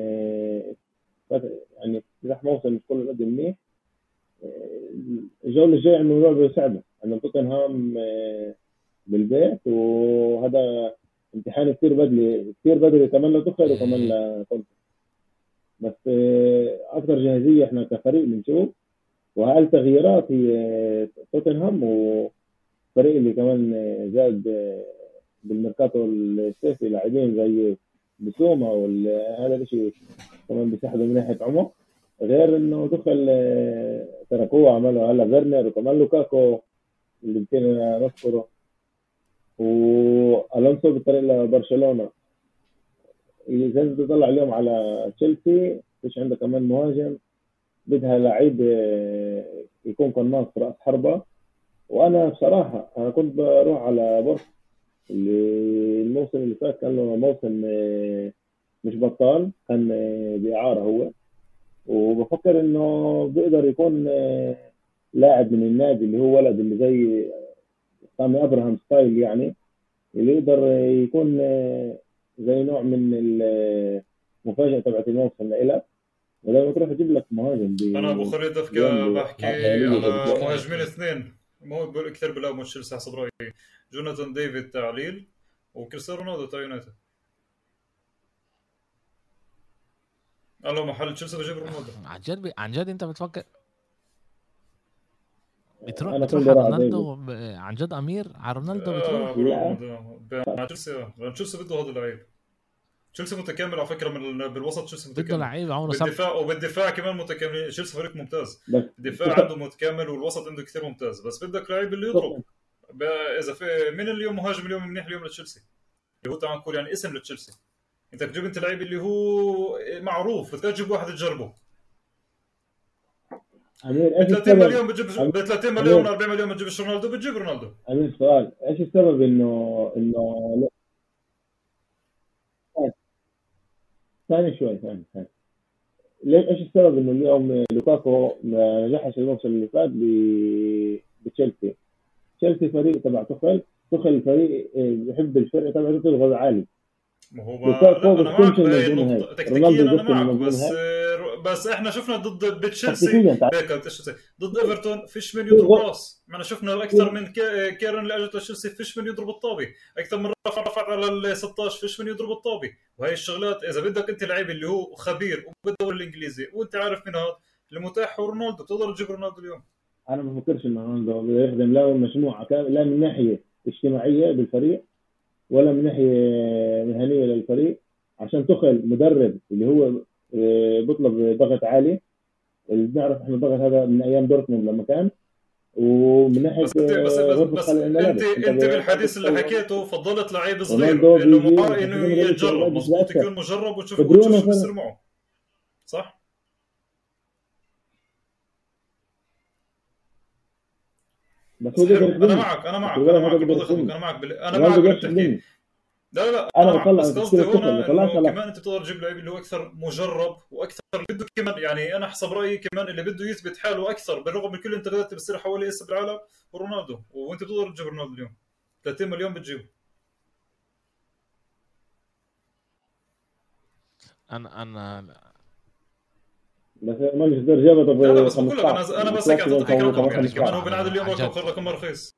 يعني راح موسم مش كله قد منيح. الجوله الجايه عندهم لعبه صعبه، عندهم توتنهام بالبيت، وهذا امتحان كثير بدري كثير بدري كمان لو تخيل وكمان لكونتي. بس اكثر جاهزيه احنا كفريق بنشوف، وهل تغييرات هي توتنهام وفريق اللي كمان زاد بالميركاتو الصيفي لاعبين زي بسومه، وهذا الشيء كمان بيساعده من ناحيه عمق، غير انه دخل تركوه عملوا هلا فيرنر وكمان لوكاكو اللي يمكن نذكره، والونسو بالطريق لبرشلونه. اذا انت تطلع اليوم على تشيلسي فيش عنده كمان مهاجم، بدها لعيب يكون قناص راس حربه. وانا بصراحه انا كنت بروح على بورس اللي الموسم اللي فات كان له موسم مش بطال، كان بإعارة هو، وبفكر انه بيقدر يكون لاعب من النادي اللي هو ولد اللي زي سامي ابراهام ستايل، يعني اللي يقدر يكون زي نوع من المفاجأة تبعت الموسم لإلك، ولما تروح تجيب لك مهاجم. انا ابو خالد بحكي على مهاجمين اثنين مو كثير بلاعبوا تشيلسي حسب رايي، جوناثان ديفيد تاع ليل وكريستيانو رونالدو تاع يونايتد. قالوا محل تشيلسي بجيب رونالدو. عن جد عن جد انت بتفكر بتروح بتروح على رونالدو عن جد امير على رونالدو بتروح؟ لا تشيلسي تشيلسي بده هذا اللعيب. تشيلسي متكامل على فكره من بالوسط، تشيلسي متكامل بده لعيب عمره صار بالدفاع وبالدفاع كمان متكامل. تشيلسي فريق ممتاز، الدفاع عنده متكامل والوسط عنده كثير ممتاز، بس بدك لعيب اللي يضرب. اذا في من اليوم مهاجم اليوم منيح اليوم لتشيلسي اللي هو تعال نقول يعني اسم لتشيلسي، انت بتجيب انت لعيب اللي هو معروف، بدك تجيب واحد تجربه. امير ايش ثلاثين مليون بتجيب ب ثلاثين مليون أربعين مليون بتجيب رونالدو، بتجيب رونالدو. امير سؤال، ايش السبب انه انه ثاني شوي ثاني ثاني ليش ايش السبب انه اليوم لوكاكو ما نجحش الموسم اللي فات ب- بتشيلسي؟ تشيلسي فريق تبع تخل تخل فريق بيحب الفرقه تبعته تضغط عالي. ما هو لوكاكو لا انا معك بيحكمش بهي المنظومه هاي، النقطة تكتيكيا، رونالدو انا بيحكم معك، المنظومه بس هاي بس احنا شفنا ضد بتشيلسي تكتيكيا. تعال هيك ايش أسوي؟ ضد ايفرتون فيش من يضرب تضغط راس، معنا شفنا اكثر من كي- كيرن اللي اجت تشيلسي فيش من يضرب الطابي، اكثر من رفع رفعت على ال ستاشر فيش من يضرب الطابي. وهي الشغلات اذا بدك انت لعيب اللي هو خبير وبالدوري الانجليزي وانت عارف من هذا المتاح هو رونالدو، بتقدر تجيب رونالدو اليوم. انا ما بفكرش ان رونالدو بيخدم لا مجموعه كامله، لا من ناحيه اجتماعيه بالفريق ولا من ناحيه مهنيه للفريق. عشان تخل مدرب اللي هو آه، بيطلب ضغط عالي، اللي بنعرف احنا الضغط هذا من ايام دورتموند لما كان. ومن ناحيه بس انت بس آه، بس, غرفه بس خلع انت الملابس انت انت بتعرف بالحديث اللي تطور. حكيته فضلت لعيب صغير رونالدو انه بيجي مع بحس انه زي ما بقول لك يتجرب، مش مزبوط بأثر. يكون مجرب وتشوف وتشوف بدرونه شو بيصير فرق. معه. صح. بس هو بس بيقدر حلو، انا يخدمني، معك انا بس معك انا الولد هذا معك بيقدر بضيف لك، يخدمني. انا معك بال... انا رونالدو معك باللي بيقدرش بتحكيه. يخدمني. لا لا انا انا معك، بطلع بس على قصدي تشكيله تخل هنا بطلعش انه على كمان انت بتقدر تجيب لعيب اللي هو اكثر مجرب واكثر بده كمان، يعني انا حسب رايي كمان اللي بده يثبت حاله اكثر بالرغم من كل الانتقادات اللي بتصير حوالي هسه بالعالم هو رونالدو، وانت بتقدر تجيب رونالدو اليوم ثلاثين مليون بتجيبه. انا انا بس ما نقدر جابته لا لا ب بس بقول لك خمستاشر انا انا بس هيك الكلاسيكو اعطيتك هيك كان رقم، ب يعني يا كمان جماعه هو خمستاشر. بنعاد اليوم عن برضه جد رقم رخيص.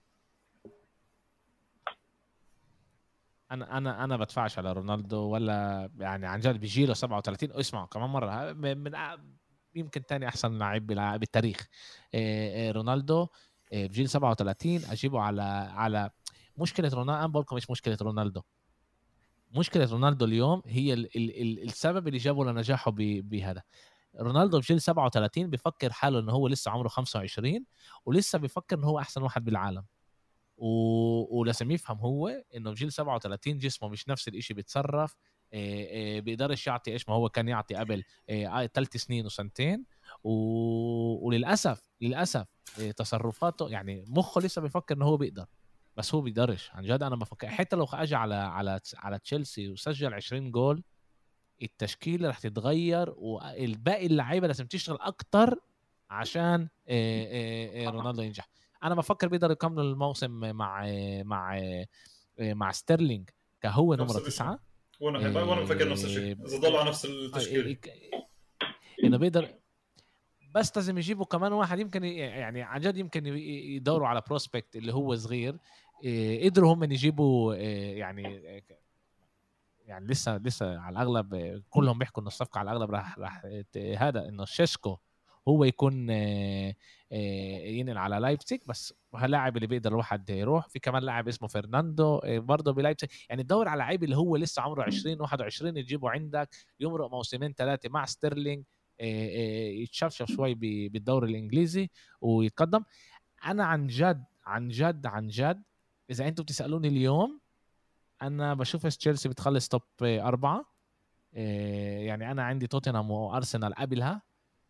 انا انا انا بدفعش على رونالدو ولا يعني عن جد بيجي له سبعة وثلاثين. اسمعوا كمان مره ها- من من أ- يمكن تاني احسن لاعب بالع- بالتاريخ. إيه إيه رونالدو إيه بجيل سبعة وثلاثين اجيبه على على مشكله رونالدو. انا بقول لكم مش مشكله رونالدو، مشكله رونالدو اليوم هي ال ال ال السبب اللي جابه لنجاحه ب- بهذا. رونالدو بجيل سبعة وثلاثين بفكر حاله انه هو لسه عمره خمسة وعشرين ولسه بفكر انه هو احسن واحد بالعالم. و... ولازم يفهم هو انه بجيل سبعة وثلاثين جسمه مش نفس الاشي بيتصرف. إيه إيه بيقدرش يعطي ايش ما هو كان يعطي قبل إيه ثلاث سنين وسنتين. و... وللاسف للاسف إيه تصرفاته يعني مخه لسه بيفكر انه هو بيقدر، بس هو بيقدرش. عن جد انا بفكر حتى لو اجى على على على تشيلسي وسجل عشرين جول التشكيله رح تتغير والباقي اللعيبه لازم تشتغل اكتر عشان إيه إيه إيه رونالدو ينجح. انا بفكر بيقدر يكمل الموسم مع إيه مع إيه مع ستيرلينج كهو نفس نمرة الشيء، تسعة. وانا هيك وانا بفكر نفس الشيء إيه اذا ضل على ب- نفس آه، التشكيله. إيه إيه انه بيقدر، بس لازم يجيبوا كمان واحد يمكن ي- يعني عن جد يمكن ي- يدوروا على بروسبكت اللي هو صغير. إيه قدروا هم يجيبوا إيه يعني يعني لسه لسه على الاغلب آه، كلهم بيحكوا انه الصفقه على الاغلب راح راح ت- هذا انه شيشكو هو يكون آه، آه، ينقل على لايبزيج. بس هاللاعب اللي بيقدر الواحد يروح في كمان لاعب اسمه فرناندو آه، برضه بلايبزيج. يعني تدور على لعيب اللي هو لسه عمره عشرين واحد وعشرين تجيبه عندك يمرق موسمين ثلاثه مع ستيرلينج آه، آه، يتشفشف شوي ب- بالدوري الانجليزي ويتقدم. انا عن جد عن جد عن جد اذا انتم بتسالوني اليوم انا بشوف تشيلسي بتخلص توب أربعة. إيه يعني انا عندي توتنهام وارسنال قبلها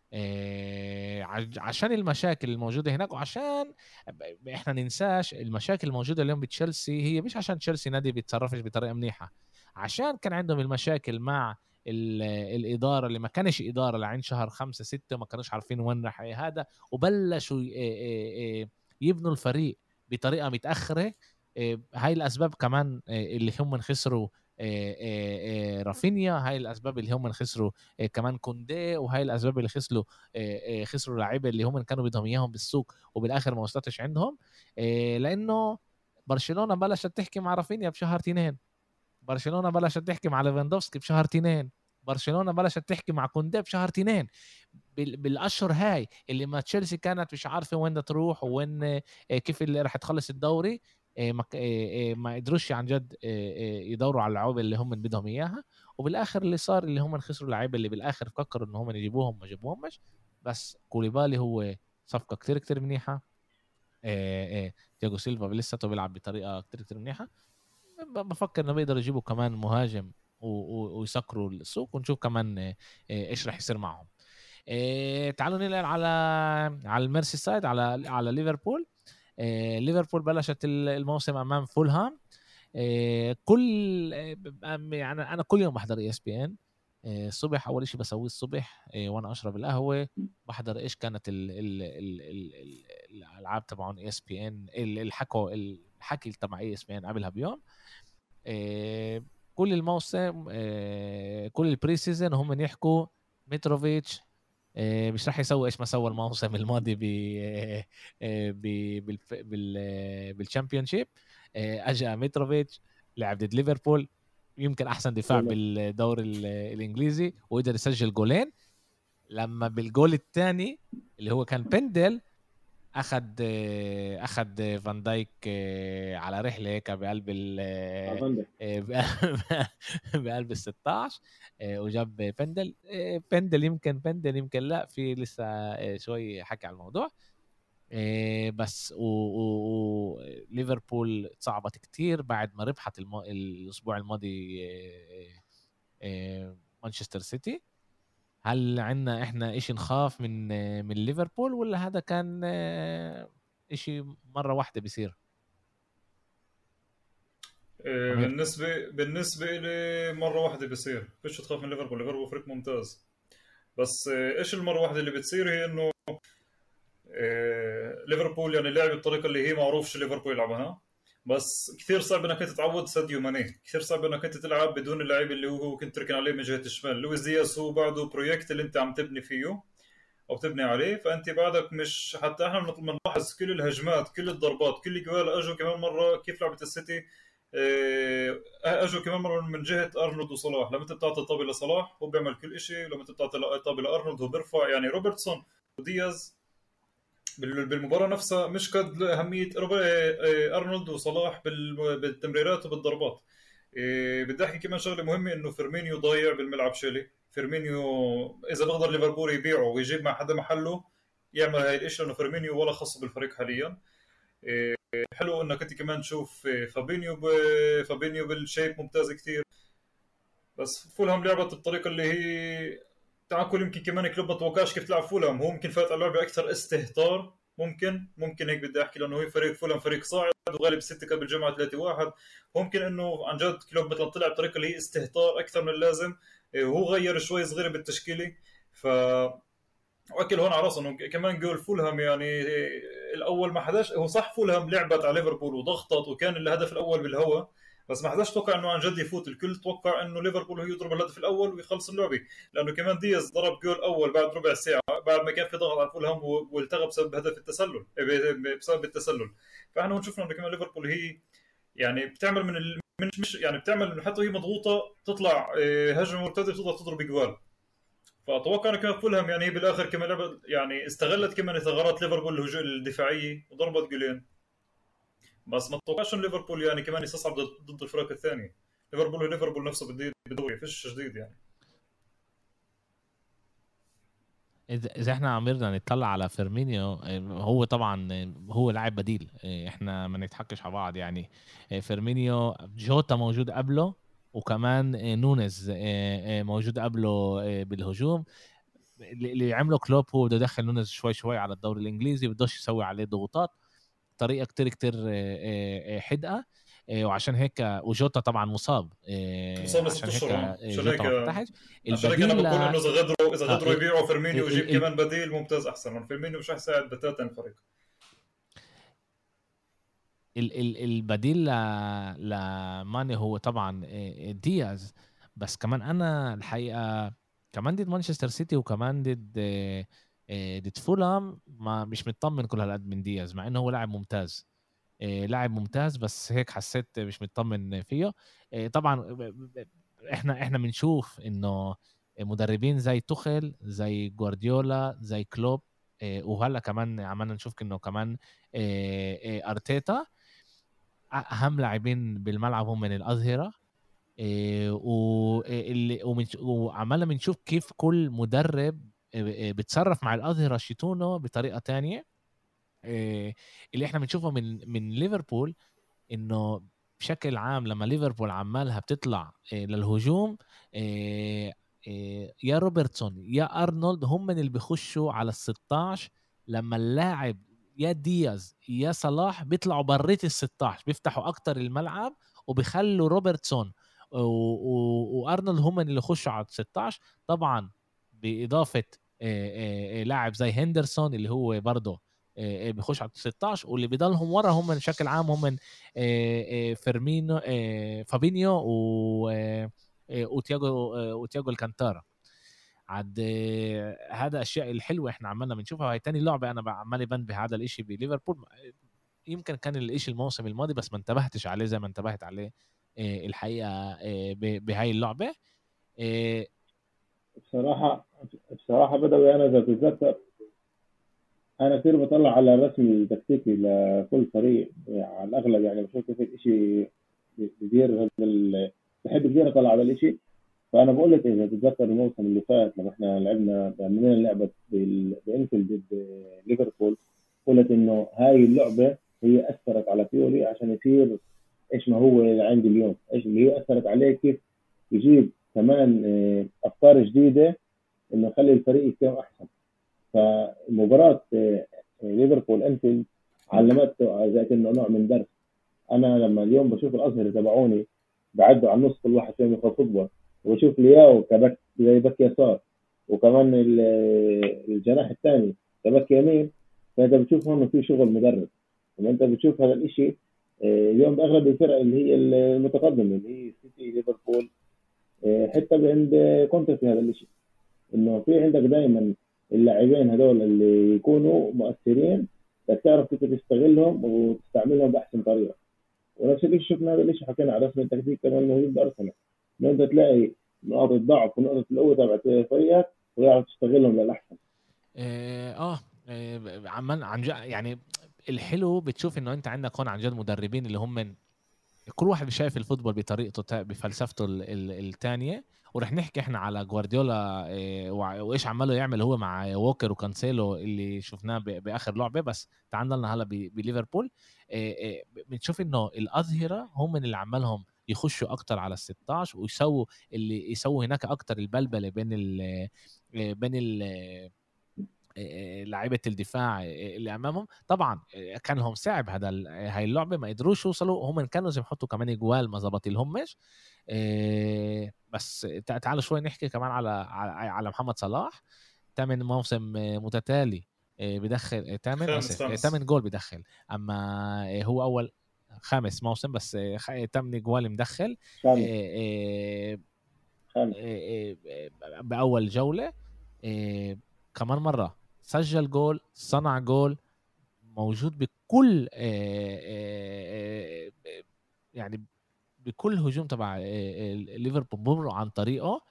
إيه عشان المشاكل الموجوده هناك وعشان احنا ننساش المشاكل الموجوده اليوم بتشيلسي هي مش عشان تشيلسي نادي بيتصرفش بطريقه منيحه، عشان كان عندهم المشاكل مع الإدارة اللي ما كانش إدارة لعين شهر خمسة ستة وما كانوش عارفين وين راح هذا وبلشوا يبنوا الفريق بطريقة متأخرة. هاي الأسباب كمان اللي هم خسروا رافينيا، هاي الأسباب اللي هم خسروا كمان كوندي، وهاي الأسباب اللي خسروا خسروا لعيبة اللي هم كانوا بدهم إياهم بالسوق وبالآخر ما وصلتش عندهم. لأنه برشلونة بلشت تحكي مع رافينيا بشهر تنين، برشلونة بلشت تحكي مع ليفاندوفسكي بشهر تنين، برشلونة بلشت تحكي مع كوندي بشهر تنين. بالاشهر هاي اللي ما تشيلسي كانت مش عارفه وين تروح وين كيف اللي راح تخلص الدوري ما قدروش عن جد يدوروا على اللعيبه اللي هم بدهم اياها. وبالاخر اللي صار اللي هم خسروا اللعيبه اللي بالاخر فكروا ان هم يجيبوهم ما جابوهمش. بس كوليبالي هو صفقه كتير كتير منيحه. تياغو سيلفا لسه بيلعب بطريقه كتير كتير منيحه. بفكر انه بيقدر يجيبوا كمان مهاجم ويسكروا السوق ونشوف كمان ايش راح يصير معهم. إيه تعالوا ننقل على على الميرسي سايد على على ليفربول. إيه ليفربول بلشت الموسم امام فولهام. إيه كل يعني انا كل يوم بحضر اي اس بي ان الصبح اول شيء بسويه الصبح وانا اشرب القهوه بحضر ايش كانت ال ال ال ال ال الالعاب تبعون اي اس بي ان الحكوا الحكي تبع اي اس بي ان قبلها بيوم. كل الموسم كل البري سيزون هم يحكوا متروفيتش مش راح يسوي ايش ما سوى الموسم الماضي ب بال بالشامبيونشيب. اجا متروفيتش لعب ضد ليفربول يمكن احسن دفاع بالدور الانجليزي وقدر يسجل جولين. لما بالجول الثاني اللي هو كان بندل اخذ اخذ فان دايك على رحله هيك بقلب ال بقلب الستاشر وجاب بندل بندل يمكن بندل يمكن لا في لسه شوي حكي على الموضوع. بس وليفربول صعبت كتير بعد ما ربحت الم... الاسبوع الماضي مانشستر سيتي. هل عنا احنا اشي نخاف من من ليفربول ولا هذا كان اشي مرة واحدة بيصير؟ بالنسبة بالنسبة لي مرة واحدة بيصير. فيش تخاف من ليفربول. ليفربول فريق ممتاز. بس ايش المرة واحدة اللي بتصير هي انه ليفربول يعني لعب بالطريقة اللي هي معروفش ليفربول يلعبها. بس كثير صعب انك انت تعود ساديو ماني. كثير صعب انك انت تلعب بدون اللاعب اللي هو كنت تركن عليه من جهة الشمال. لويس دياس هو بعده بروجكت اللي انت عم تبني فيه او تبني عليه. فانت بعدك مش حتى احنا بنلاحظ كل الهجمات كل الضربات كل الجوال اجوا كمان مرة كيف لعبة السيتي اجوا كمان مرة من جهة ارنولد وصلاح. لما انت بتعطي الطابة لصلاح هو بيعمل كل شيء. لما انت بتعطي الطابة لارنولد هو بيرفع. يعني روبرتسون ودياز بالمباراة نفسها مش قد أهمية أرنولد وصلاح بالتمريرات وبالضربات. بدي أحكي كمان شغلة مهمة إنه فيرمينيو ضايع بالملعب شيلي. فيرمينيو إذا بقدر ليفربول يبيعه ويجيب مع حدا محله يعمل هاي الإشي لأنه فيرمينيو ولا خاصه بالفريق حاليا. حلو إنك أنت كمان تشوف فابينيو ب... فابينيو بالشيب ممتاز كتير. بس فولهام لعبت بالطريقة اللي هي تعال يمكن كمان كلوب ما توقعش كيف تلعب فولهام. هو ممكن فات على اللعبة أكثر استهتار. ممكن ممكن هيك بدي أحكي لأنه هو فريق فولهام فريق صاعد وغالب ستة كان بالجامعة ثلاثة واحد. ممكن إنه عن جد كلوب مثلا طلع بطريقة اللي هي استهتار أكثر من اللازم. وهو غير شوي صغيرة بالتشكيلة. ف وأكل هون على راسه إنه كمان جول فولهام يعني الأول ما حداش. هو صح فولهام لعبت على ليفربول وضغطت وكان الهدف الأول بالهواء. بس ما حداش توقع انه عن جد يفوت. الكل توقع انه ليفربول هو يضرب الهدف الاول ويخلص اللعبه. لانه كمان دياز ضرب جول اول بعد ربع ساعه بعد ما كان في ضغط على فولهام والتغى بسبب هدف التسلل بسبب التسلل. فاحنا بنشوف انه كمان ليفربول هي يعني بتعمل من ال... من مش يعني بتعمل من حتى هي مضغوطه تطلع هجمه مرتده تقدر تضرب جوال. فاتوقع انه كمان فولهام يعني هي بالاخر كمان لعبت يعني استغلت كمان ثغرات ليفربول الدفاعيه وضربت جولين. بس ما اتوقعش ان ليفربول يعني كمان يستصعب ضد الفرق الثانيه. ليفربول وليفربول نفسه بدي بدوري فيش جديد يعني. اذا اذا احنا عمرنا نطلع على فيرمينيو هو طبعا هو لاعب بديل. احنا ما نضحكش على بعض يعني. فيرمينيو جوتا موجود قبله وكمان نونيز موجود قبله بالهجوم. اللي عمله كلوب هو بده يدخل نونيز شوي شوي على الدوري الانجليزي بدوش يسوي عليه ضغوطات طريقه كتير كتير حدقه. وعشان هيك وجوتا طبعا مصاب مصاب عشان هيك جوتا ما فتحش. عشان هيك انا بقول انه اذا غدروا اذا غدروا يبيعوا فيرمينيو ويجيب كمان بديل ممتاز احسن. لانه فيرمينيو مش هيساعد بتاتا الفريق. البديل لماني هو طبعا دياز. بس كمان انا الحقيقه كمان ضد مانشستر سيتي وكمان ضد ضد فولهام ما مش مطمن كل هالقد من دياز مع انه هو لاعب ممتاز. لاعب ممتاز بس هيك حسيت مش مطمن فيه. طبعا احنا احنا بنشوف انه مدربين زي توخيل زي جوارديولا زي كلوب وهلا كمان عمالنا نشوف انه كمان ارتيتا اهم لاعبين بالملعب هم من الاظهره. وعمالنا بنشوف كيف كل مدرب بتصرف مع الاظهره شيتونه بطريقه تانية. اللي احنا بنشوفه من من ليفربول انه بشكل عام لما ليفربول عمالها بتطلع للهجوم يا روبرتسون يا ارنولد هم من اللي بيخشوا على الستاشر. لما اللاعب يا دياز يا صلاح بيطلعوا بريت الستاشر بيفتحوا اكتر الملعب وبيخلوا روبرتسون وارنولد هم اللي خشوا على ستة عشر طبعا باضافه لاعب زي هندرسون اللي هو برضه بيخش على ستة عشر واللي بيضلهم ورا هم بشكل عام هم فيرمينو فابينيو وتياجو وتياجو الكانتارا. عاد هذا الشيء الحلوة احنا عمالنا بنشوفها. وهي تاني لعبة انا عمالي بنبه هذا الاشي بليفربول. يمكن كان الاشي الموسم الماضي بس ما انتبهتش عليه زي ما انتبهت عليه الحقيقة بهاي اللعبة. بصراحة بصراحة بدأوا أنا إذا تتذكر أنا كثير بطلع على الرسم التكتيكي لكل فريق يعني على الأغلب يعني بشوف كيف الإشي بيدير هذا ال... بحب كثير أطلع على الإشي. فأنا بقول لك إذا تتذكر الموسم اللي فات لما إحنا لعبنا من اللعبة بإنفيلد ضد ليفربول قلت إنه هاي اللعبة هي أثرت على فيوري عشان يصير إيش ما هو عندي اليوم، إيش اللي هي أثرت عليه كيف يجيب كمان أفكار جديدة إنه يخلي الفريق يكون أحسن. فمباراة ليفربول أنفيلد علمته ذات إنه نوع من درس. أنا لما اليوم بشوف الأظهر تبعوني بعدوا على النص كل واحد فيهم يخاف فوتبول وبشوف لياو كبك زي بك يسار وكمان الجناح الثاني كبك يمين. فأنت بتشوف هون في شغل مدرب. لما أنت بتشوف هذا الإشي اليوم بأغلب الفرق اللي هي المتقدمة اللي هي سيتي ليفربول حتى عند كونتر في هذا الإشي إنه في عندك دائما اللاعبين هذول اللي يكونوا مؤثرين تعرف كيف تستغلهم وتستعملهم بأحسن طريقة. ونفس الشيء شفنا هذا الشيء حكينا على رسم التكتيك كمان موجود بأرسنال إنه أنت تلاقي نقاط الضعف ونقاط القوة تبعت فريقك ويعرف تستغلهم للأحسن. اه اه عمان عن يعني الحلو بتشوف إنه أنت عندك هون عن جد مدربين اللي هم من كل واحد شايف الفوتبول بطريقته بفلسفته الثانية. ورح نحكي احنا على جوارديولا وايش عمله يعمل هو مع ووكر وكانسيلو اللي شفناه باخر لعبه. بس تعال لنا هلا بليفربول بنشوف انه الاظهره هم من اللي عملهم يخشوا اكتر على الستاشر ويسووا اللي يسووا هناك اكتر البلبله بين ال بين ال لعيبه الدفاع اللي امامهم. طبعا كان لهم صعب هذا هاي اللعبه ما قدروش يوصلوا. هم كانوا لازم يحطوا كمان جوال ما زبط لهمش. بس تعالوا شوي نحكي كمان على على محمد صلاح. ثامن موسم متتالي بدخل ثامن ثامن جول بدخل. اما هو اول خامس موسم بس ثمانية جوال مدخل باول جوله. كمان مره سجل جول صنع جول موجود بكل يعني بكل هجوم تبع ليفربول بمروا عن طريقه.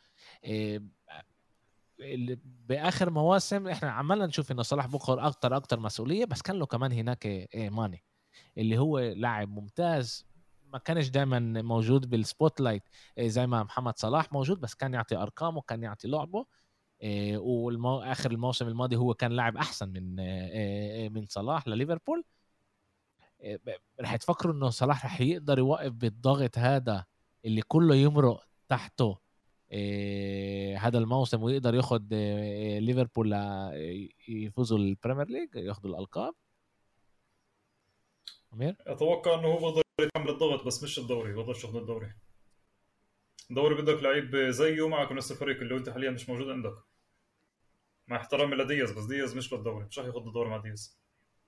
باخر مواسم احنا عمالنا نشوف انه صلاح بكر اكتر اكتر مسؤوليه بس كان له كمان هناك ماني اللي هو لاعب ممتاز ما كانش دائما موجود بالسبوت لايت زي ما محمد صلاح موجود بس كان يعطي ارقامه كان يعطي لعبه. واخر الموسم الماضي هو كان لاعب احسن من من صلاح لليفربول. رح تفكروا انه صلاح رح يقدر يوقف بالضغط هذا اللي كله يمرق تحته هذا الموسم ويقدر ياخد ليفربول يفوزوا البريمير ليج ياخدوا الالقاب؟ امير اتوقع انه هو بيقدر يتحمل الضغط بس مش الدوري. بيقدر ياخد الدوري. الدوري بدك لعيب زيه معك نفس الفريق اللي انت حاليا مش موجود عندك. مع احترامي لدياز بس دياز مش للدوري مش راح ياخد الدوري مع دياز.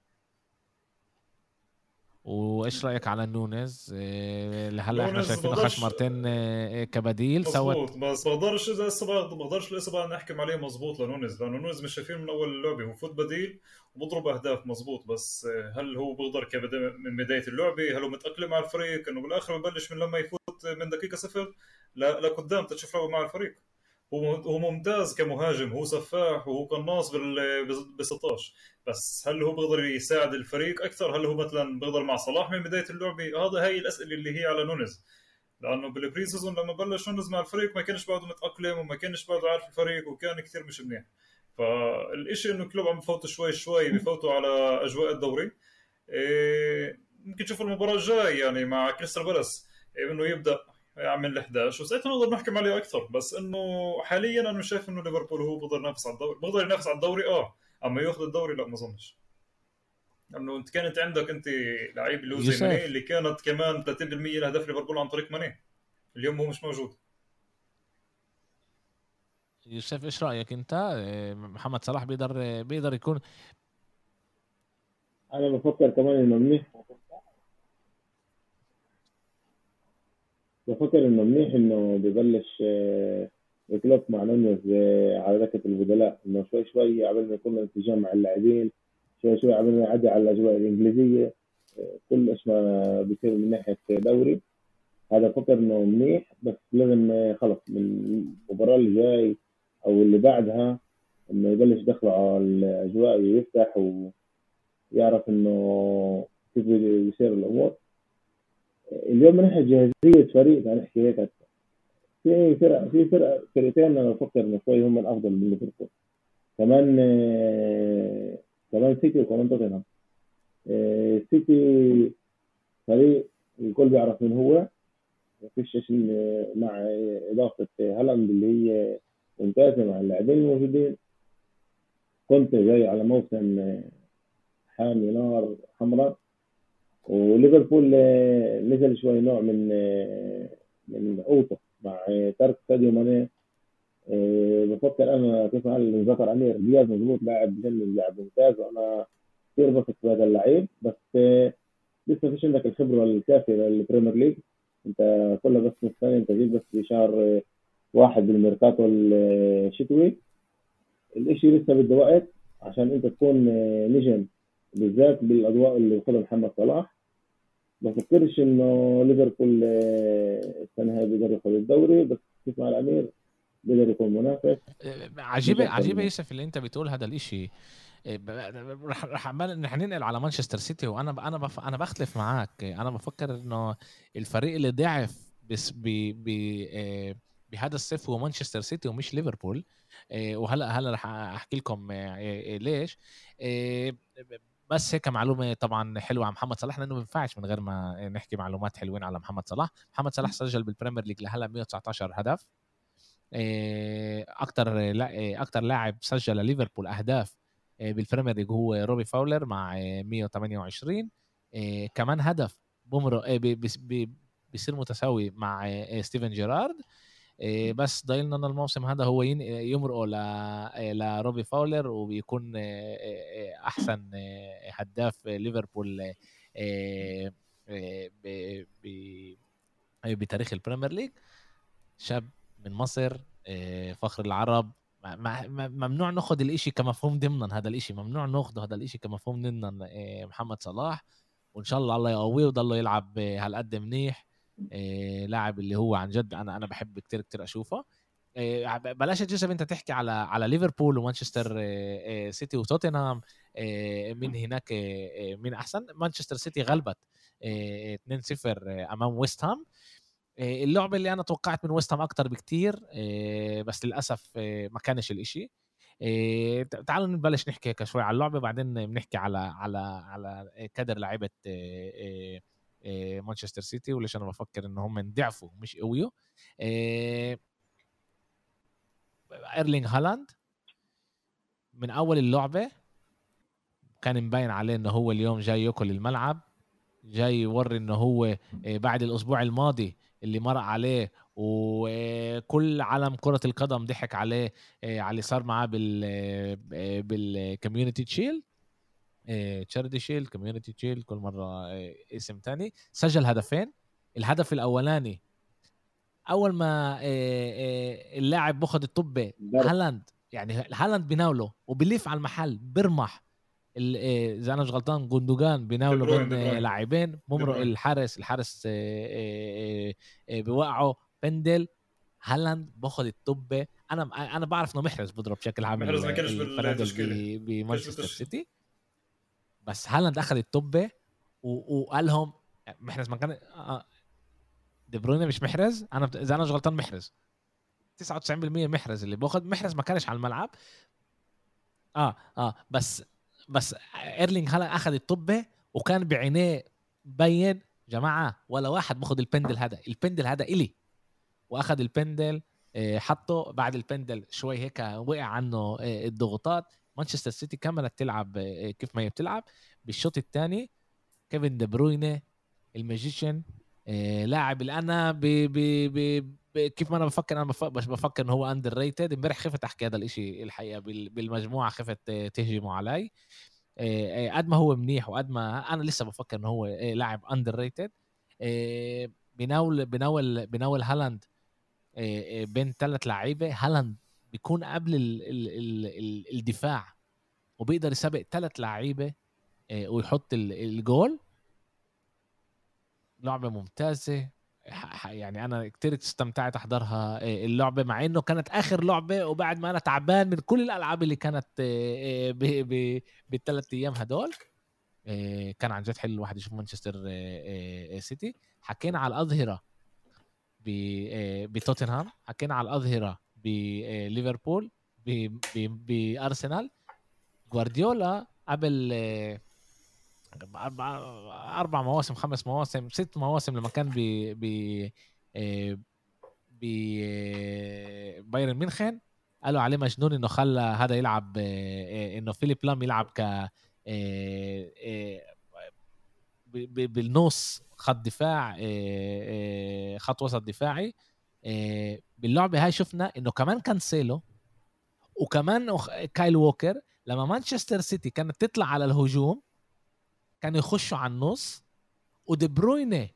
وايش رايك على نونيز اللي هلا احنا شايفينه خش مرتين كبديل سوت بس بقدرش اذا هسه بقدرش لسه بقى نحكم عليه مزبوط لنونيز لانه نونيز مش شايفين من اول اللعبه هو فوت بديل وبضرب اهداف مزبوط. بس هل هو بيقدر كبدايه من بدايه اللعبه؟ هل هو متاقلم مع الفريق انه بالاخر ببلش من لما يفوت من دقيقه صفر لقدام تشوف له مع الفريق؟ هو هو ممتاز كمهاجم هو سفاح وهو قناص بال ستاشر بس هل هو بيقدر يساعد الفريق اكثر؟ هل هو مثلا بيقدر مع صلاح من بدايه اللعبه؟ هذا هي الاسئله اللي هي على نونيز لانه بالبري سيزون لما بلش نونيز مع الفريق ما كانش بعده متاقلم وما كانش بعده عارف الفريق وكان كثير مش منيح. فالشيء انه كلوب عم بفوت شوي شوي بفوتوا على اجواء الدوري. ممكن نشوف المباراه الجايه يعني مع كريستال بالاس انه يبدا يعمل احدعش وساعتها نقدر نحكم عليه اكثر. بس انه حاليا انا مش شايف انه ليفربول هو بيقدر ينافس على الدوري. بيقدر ينافس على الدوري اه اما ياخذ الدوري لا ما اظنش. لانه انت كانت عندك انت لعيب اللي هو زي ماني اللي كانت كمان ثلاثين بالمية اهداف ليفربول عن طريق ماني اليوم هو مش موجود. يوسف ايش رايك انت؟ محمد صلاح بيقدر بيقدر يكون؟ انا بفكر كمان انه منيح بفكر انه منيح انه ببلش آه، كلوب مع نونيز آه، على دكة البدلاء، انه شوي شوي قبل ما يكون انسجام مع اللاعبين، شوي شوي قبل ما يعدي على الاجواء الانجليزيه، آه، كل ايش ما بيصير من ناحيه دوري. هذا فكر انه منيح، بس لازم آه، خلص من المباراه اللي جاي او اللي بعدها انه يبلش يدخله على الاجواء ويفتح ويعرف انه كيف بيصير الامور. اليوم من ناحيه جاهزيه فريق، تعال نحكي هيك، في فرق في فرق فرقتين انا بفكر انه شوي هم الافضل من ليفربول. كمان آه، كمان سيتي وكمان توتنهام. آه، سيتي فريق الكل بيعرف من هو، مفيش شيء مع اضافه هالاند اللي هي ممتازه مع اللاعبين الموجودين. كنت جاي على موسم آه، حامي نار حمراء، وليفربول آه، نزل شوي نوع من آه، من قوته مع آه، ترك ساديو ماني. آه، بفكر انا كيف قال ذكر امير دياز، مضبوط، لاعب جميل، لاعب ممتاز، وانا كثير بثق في هذا اللعيب، بس آه، لسه فيش عندك الخبره الكافيه للبريمير ليج. انت كلها بس مستني انت جيت بس في شهر آه، واحد بالميركاتو الشتوي. الاشي لسه بده وقت عشان انت تكون آه، نجم، بالذات بالاضواء اللي بياخذها محمد صلاح. ما فكرش انه ليفربول آه، السنه هاي بيقدر ياخذ الدوري، بس كيف مع الامير بيقدر يكون منافس، مش عجيبه اكثر عجيبه من هيك. يوسف اللي انت بتقول هذا الاشي. إيه، ب- رح رح عمال رح ننقل على مانشستر سيتي، وانا ب- انا بف انا بختلف معاك. انا بفكر انه الفريق اللي ضعف بس ب ب آه، بهذا الصيف هو مانشستر سيتي ومش ليفربول. آه، وهلا هلا رح احكي لكم آه، آه، ليش. آه، بس هيك معلومه طبعا حلوه عن محمد صلاح، لانه ما ينفعش من غير ما نحكي معلومات حلوين على محمد صلاح. محمد صلاح سجل بالبريمير ليج لهلا مية وتسعتاشر هدف. آه، اكتر لا آه، اكتر لاعب سجل ليفربول اهداف آه، بالبريمير ليج هو روبي فاولر مع آه، مية وتمانية وعشرين. آه، كمان هدف بومرو آه، بي- بي- بي- بيصير متساوي مع آه، ستيفن جيرارد. آه، بس ضايلنا إن الموسم هذا هو ين- يمرقه ل آه، لروبي فاولر، وبيكون آه، آه، احسن آه، هداف ليفربول آه، آه، ب- ب- بتاريخ البريمير ليج. شاب من مصر، آه، فخر العرب. ما- ما- ما- ممنوع ناخد الاشي كمفهوم ضمنا، هذا الاشي ممنوع ناخده هذا الاشي كمفهوم ضمنا. آه، محمد صلاح، وان شاء الله الله يقويه وضله يلعب آه، هالقد منيح. آه، لاعب اللي هو عن جد انا انا بحب كتير كتير اشوفه. آه، بلاش جوزيف انت تحكي على على ليفربول ومانشستر آه، آه، سيتي وتوتنهام. آه، من هناك آه، آه، مين احسن؟ مانشستر سيتي غلبت آه، اتنين صفر آه، امام ويست هام. آه، اللعبة اللي أنا توقعت من ويست هام أكتر بكتير، آه، بس للأسف آه، ما كانش الإشي. آه، ت- تعالوا نبلش نحكي هيك شوي على اللعبة، بعدين بنحكي على على على كادر لعيبة آه، آه، آه، مانشستر سيتي، وليش أنا بفكر إن هم ضعفوا مش قويوا. آه، إيرلينغ هالاند من أول اللعبة كان مبين عليه إنه هو اليوم جاي ياكل الملعب، جاي يوري انه هو آه، بعد الاسبوع الماضي اللي مر عليه وكل عالم كرة القدم ضحك عليه آه، على اللي صار معاه بال بالكوميونتي تشيل تشاردي شيل كوميونتي تشيل كل مرة آه، اسم تاني. سجل هدفين. الهدف الاولاني اول ما آه، آه، اللاعب باخد الطبة، ضرب. هالاند يعني هالاند بيناوله وبيلف على المحل برمح. ال- آه، اذا انا مش غلطان جوندوجان دي بيناولوا بروين من دي آه، بروين لاعبين، دي ممرق بروين الحارس الحارس آه، آه، آه، بيوقعوا بندل. هالاند باخد الطبه. انا انا بعرف انه محرز بضرب بشكل عام محرز ال- ما كانش الفنادل بالتشكيله، ب- كانش بمانشستر بالتشكيله. سيتي. بس هالاند اخذ الطبه و- وقال لهم محرز ما كان آه، دي بروين مش محرز. انا بت- اذا انا مش غلطان محرز تسعة وتسعين بالمية محرز اللي باخد. محرز ما كانش على الملعب. اه اه بس بس ايرلينج هالاند اخذ الطبه وكان بعينيه بين جماعه ولا واحد باخد البندل هذا، البندل هذا الي. واخذ البندل آه، حطه. بعد البندل شوي هيك وقع عنه آه، الضغوطات. مانشستر سيتي كملت تلعب آه، كيف ما هي بتلعب. بالشوط الثاني كيفن دي بروينه الماجيشن إيه لاعب اللي انا ب ب ب ب كيف ما انا بفكر انا بف- مش بفكر انه هو اندر ريتد. امبارح خفت احكي هذا الاشي الحقيقه بال- بالمجموعه خفت آه، تهجموا علي. إيه إيه، قد ما هو منيح وقد ما انا لسه بفكر انه هو إيه لاعب اندر ريتد. إيه بناول بناول بناول هالاند. إيه إيه بين ثلاث لعيبه هالاند بيكون قبل ال ال ال ال الدفاع وبيقدر يسابق ثلاث لعيبه إيه ويحط ال- الجول. لعبة ممتازة. ح- ح- يعني أنا كتير استمتعت أحضرها إيه، اللعبة مع إنه كانت آخر لعبة وبعد ما أنا تعبان من كل الألعاب اللي كانت إيه، إيه، ب- ب- بالثلاث أيام هدول. إيه، كان عن جد حلو الواحد يشوف مانشستر إيه، إيه، سيتي. حكينا على الأظهرة ب- إيه، بتوتنهام. حكينا على الأظهرة بليفربول ب- ب- بأرسنال. جوارديولا قبل إيه، أربع أربع مواسم خمس مواسم ست مواسم لما كان ب ب آه، ب آه، بايرن ميونخن قالوا عليه مجنون انه خلى هذا يلعب آه، آه، انه فيليب لام يلعب ك آه، آه، ب- ب- بالنص خط دفاع آه، آه، خط وسط دفاعي. آه، باللعبة هاي شفنا انه كمان كانسيلو وكمان أخ- كايل ووكر لما مانشستر سيتي كانت تطلع على الهجوم كانوا يخشوا على النص ودي بروينه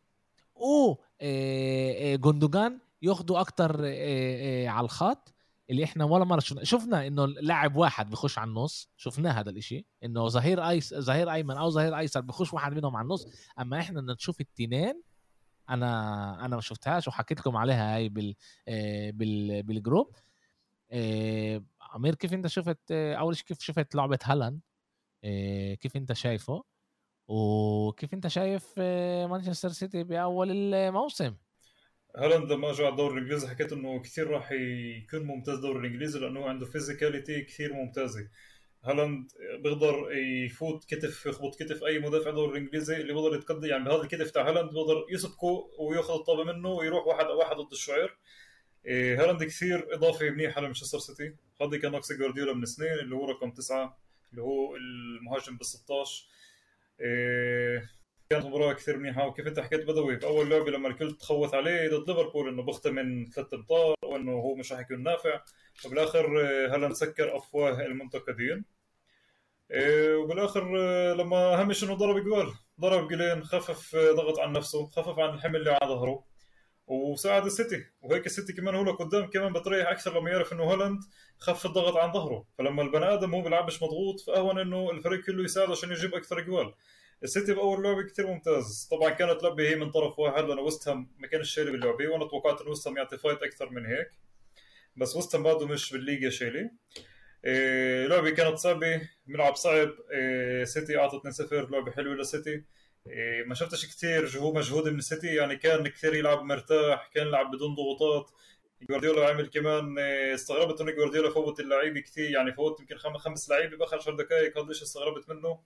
وجوندوجان ياخدوا اكتر آه، آه، على الخط اللي احنا ولا مره شفنا, شفنا انه لاعب واحد بخش على النص. شفناه هذا الاشي انه ظهير ايس ظهير ايمن او ظهير ايسر بخش واحد منهم على النص. اما احنا بدنا نشوف التنين. انا انا ما شفتهاش وحكيت لكم عليها هاي بال آه، بال بالجروب. آه، عمير كيف انت شفت آه، اول شيء كيف شفت لعبه هالاند؟ آه، كيف انت شايفه وكيف انت شايف آه، مانشستر سيتي باول الموسم؟ هالاند لما اجى على الدوري الانجليزي حكيت انه كثير راح يكون ممتاز الدوري الانجليزي لانه عنده فيزيكاليتي كثير ممتازه. هالاند بيقدر يفوت كتف يخبط كتف اي مدافع دوري الانجليزي اللي بيقدر يتقدم يعني بهذا الكتف تاع هالاند بيقدر يسبقه وياخذ الطابه منه ويروح واحد واحد ضد الشعير. إيه، هالاند كثير اضافه منيحه لمانشستر سيتي. هذا كان ناقص جوارديولا من سنين اللي هو رقم تسعة اللي هو المهاجم بال ستاشر. إيه، كانت مباراة كثير منيحة. وكيف انت حكيت بدوي بأول لعبة لما الكل تخوت عليه ضد ليفربول انه بختم من ثلاث امتار وانه هو مش راح يكون نافع. وبالاخر آه، هالاند سكر افواه المنتقدين. آه، وبالاخر آه، لما همش انه ضرب جوال ضرب جولين خفف آه، ضغط عن نفسه خفف عن الحمل اللي على ظهره وساعد السيتي. وهيك السيتي كمان هو لقدام كمان بتريح اكثر لما يعرف انه هالاند خف الضغط عن ظهره. فلما البني ادم هو بيلعبش مضغوط فاهون انه الفريق كله يساعده عشان يجيب اكثر جوال. السيتي باول لعبه كثير ممتاز. طبعا كانت لعبه هي من طرف واحد لانه ويست هام ما كانش شايل باللعبه وانا توقعت انه ويست هام يعطي فايت اكثر من هيك. بس ويست هام بعده مش بالليجا شايله. إيه، لعبه كانت صعبه ملعب صعب. إيه، سيتي اعطى اثنين صفر لعبه حلوه للسيتي. إيه، ما شفتش كثير هو مجهود من السيتي يعني كان كثير يلعب مرتاح كان يلعب بدون ضغوطات. جوارديولا عمل كمان إيه، استغربت انه جوارديولا فوت اللعيبه كثير يعني فوت يمكن خم- خمس لعيبه باخر عشر دقائق. هذا الشيء استغربت منه.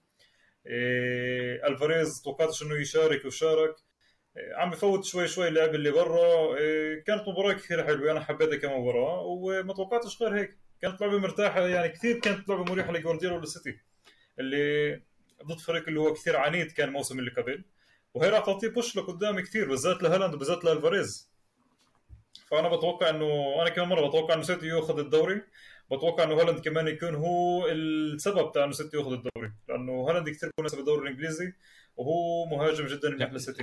إيه، الفاريز توقعتش انه يشارك وشارك. إيه، عم بفوت شوي شوي اللعب اللي برا. إيه، كانت مباراة كثير حلوة أنا حبيتها كمباراة وما توقعتش غير هيك. كانت لعبة مرتاحة يعني كثير كانت لعبة مريحة لجوارديولا والسيتي اللي ضد فريق اللي هو كثير عنيد كان الموسم اللي قبل. وهي راح تعطيه بوش لقدام كثير بالذات لهالاند وبالذات لالفاريز. فأنا بتوقع إنه أنا كمان مرة بتوقع إنه سيتي ياخذ الدوري. بتوقع إنه هالاند كمان يكون هو السبب تاع إنه سيتي ياخذ الدوري لأنه هالاند كثير مناسب للدوري الإنجليزي وهو مهاجم جدا منيح للسيتي.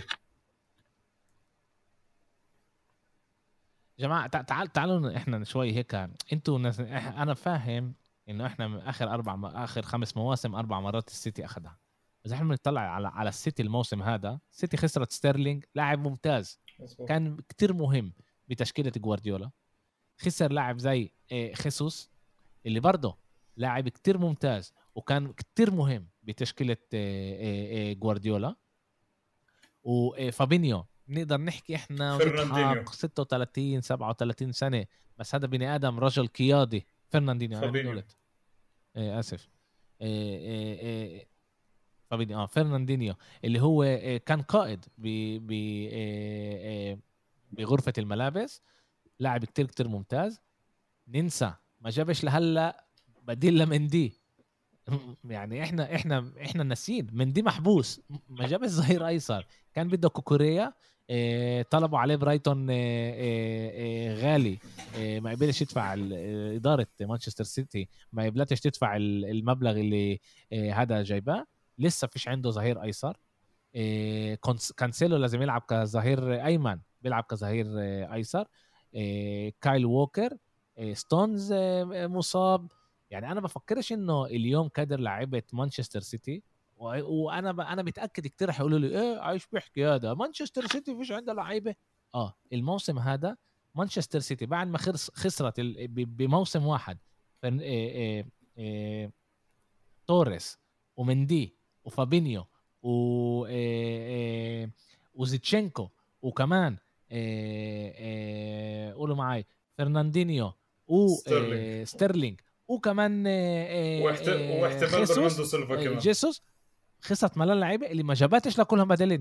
جماعة تع- تعال تعالوا احنا شوي هيك. انتوا ناس إح- انا فاهم انه احنا من اخر اربع م... اخر خمس مواسم اربع مرات السيتي اخذها. بس احنا بنطلع على على السيتي الموسم هذا. السيتي خسرت ستيرلينج لاعب ممتاز مظبوط. كان كتير مهم بتشكيلة جوارديولا. خسر لاعب زي إيه، خيسوس اللي برضه لاعب كتير ممتاز وكان كتير مهم بتشكيلة إيه، إيه، إيه، جوارديولا. وفابينيو نقدر نحكي احنا فرناندينيو. ونضحك ستة وثلاثين سبعة وثلاثين سنة بس هذا بني ادم رجل قيادي. فرناندينيو انا فابينيو. قلت إيه اسف. إيه إيه إيه فابينيو اه فرناندينيو اللي هو إيه كان قائد ب ب إيه إيه بغرفة الملابس. لاعب كتير كتير ممتاز. ننسى ما جابش لهلا بديل لمندي. يعني احنا احنا احنا ناسيين مندي محبوس ما جابش ظهير ايسر. كان بده كوكوريا إيه طلبوا عليه برايتون إيه إيه إيه غالي، إيه ما قبلش يدفع إدارة مانشستر سيتي ما يبلتش تدفع المبلغ اللي إيه هذا جايباه. لسه فيش عنده ظهير أيسر. إيه كانسيلو لازم يلعب كظهير أيمن، بيلعب كظهير أيسر. إيه كايل ووكر، إيه ستونز إيه مصاب. يعني أنا بفكرش إنه اليوم كادر لعيبة مانشستر سيتي، وانا ب... انا متاكد كتير هيقولوا لي ايه عايش بيحكي هذا مانشستر سيتي فيش عنده لعيبه. اه الموسم هذا مانشستر سيتي بعد ما خسر خسرت ال... ب... بموسم واحد فن... إيه إيه إيه... توريس ومندي وفابينيو و إيه إيه... وزيتشينكو وكمان إيه إيه... قولوا معاي فرناندينيو ستيرلينج وستيرلينج وكمان إيه واحت... إيه... واحتمال برناردو خيسوس سيلفا إيه... كمان. جيسوس. خسرت ملان لعيبه اللي ما جابتش لكلهم بدلين،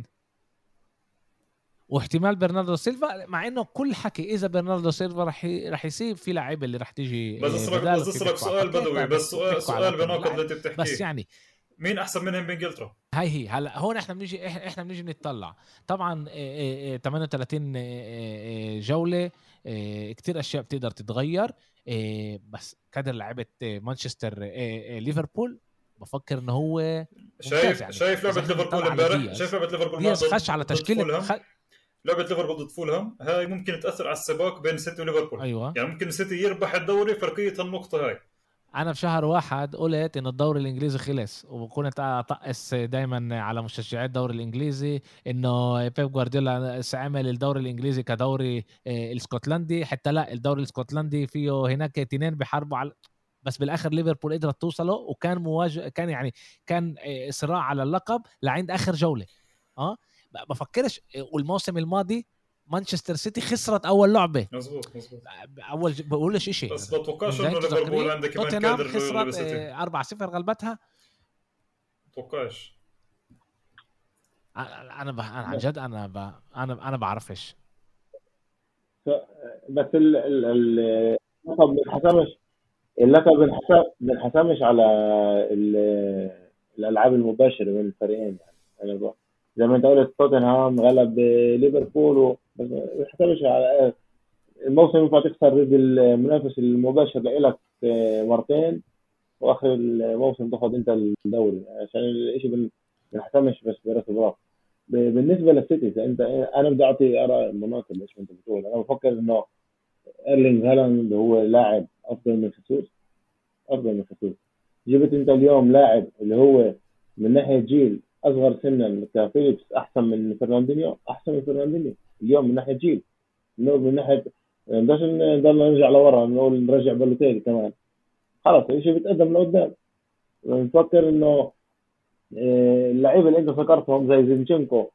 واحتمال برناردو سيلفا، مع انه كل حكي اذا برناردو سيلفا رح ي... رح يسيب في لعيبه اللي رح تيجي بس اسالك بداله. بس اسالك سؤال بدوي، بس سؤال, سؤال بناقض اللي انت بتحكيه. بس يعني مين احسن منهم بانجلترا؟ هاي هي هلا هون احنا بنيجي احنا بنيجي نتطلع طبعا ثمانية وثلاثين جوله، كتير اشياء بتقدر تتغير. بس كادر لعيبه مانشستر ليفربول بفكر انه هو شايف يعني. شايف لعبه ليفربول امبارح، شايف لعبه ليفربول دياز خش على تشكيله خ... لعبه ليفربول ضد فولهام هاي ممكن تاثر على السباق بين سيتي وليفربول. أيوة. يعني ممكن سيتي يربح الدوري فرقيه النقطه هاي. انا في شهر واحد قلت ان الدوري الانجليزي خلص، وكنت اطقس دايما على مشجعي الدوري الانجليزي انه بيب جوارديولا عمل الدوري الانجليزي كدوري الاسكتلندي، حتى لا الدوري الاسكتلندي فيه هناك اثنين بيحاربوا على، بس بالاخر ليفربول قدرت توصله، وكان مواجه كان يعني كان صراع على اللقب لعند اخر جوله. اه بفكرش. والموسم الماضي مانشستر سيتي خسرت اول لعبه. مزبوط مزبوط. اول بقولش شيء، بس بتوقعش انه ليفربول عنده كمان كادر خسرت أربعة صفر غلبتها. توقعش. انا ب... انا عن جد انا ب... انا انا بعرفش. بس ال ال ال اللقب بنحسمش اللقب بنحسم بنحسمش على الالعاب المباشره بين الفريقين. يعني انا زي ما انت قلت توتنهام غلب ليفربول، بس ما بنحسمش على الموسم. ينفع تخسر ضد المنافس المباشر لك مرتين واخر الموسم تاخد انت الدوري، عشان الشيء بنحسمش بس براس براس. بالنسبه للسيتي انت انا بدي اعطي اراء مناسب ايش انت بتقول. انا بفكر انه ايرلينغ هالاند هو لاعب افضل من خصوص افضل من خصوص. جبت انت اليوم لاعب اللي هو من ناحيه جيل اصغر سنا كفيليبس احسن من فرناندينيو، احسن من فرناندينيو اليوم من ناحيه جيل، من ناحيه بدناش نضل نرجع لورا نقول نرجع بالوتيلي كمان. خلاص الشيء بيتقدم لقدام. بنفكر انه اللعيبه اللي انت ذكرتهم زي زينشينكو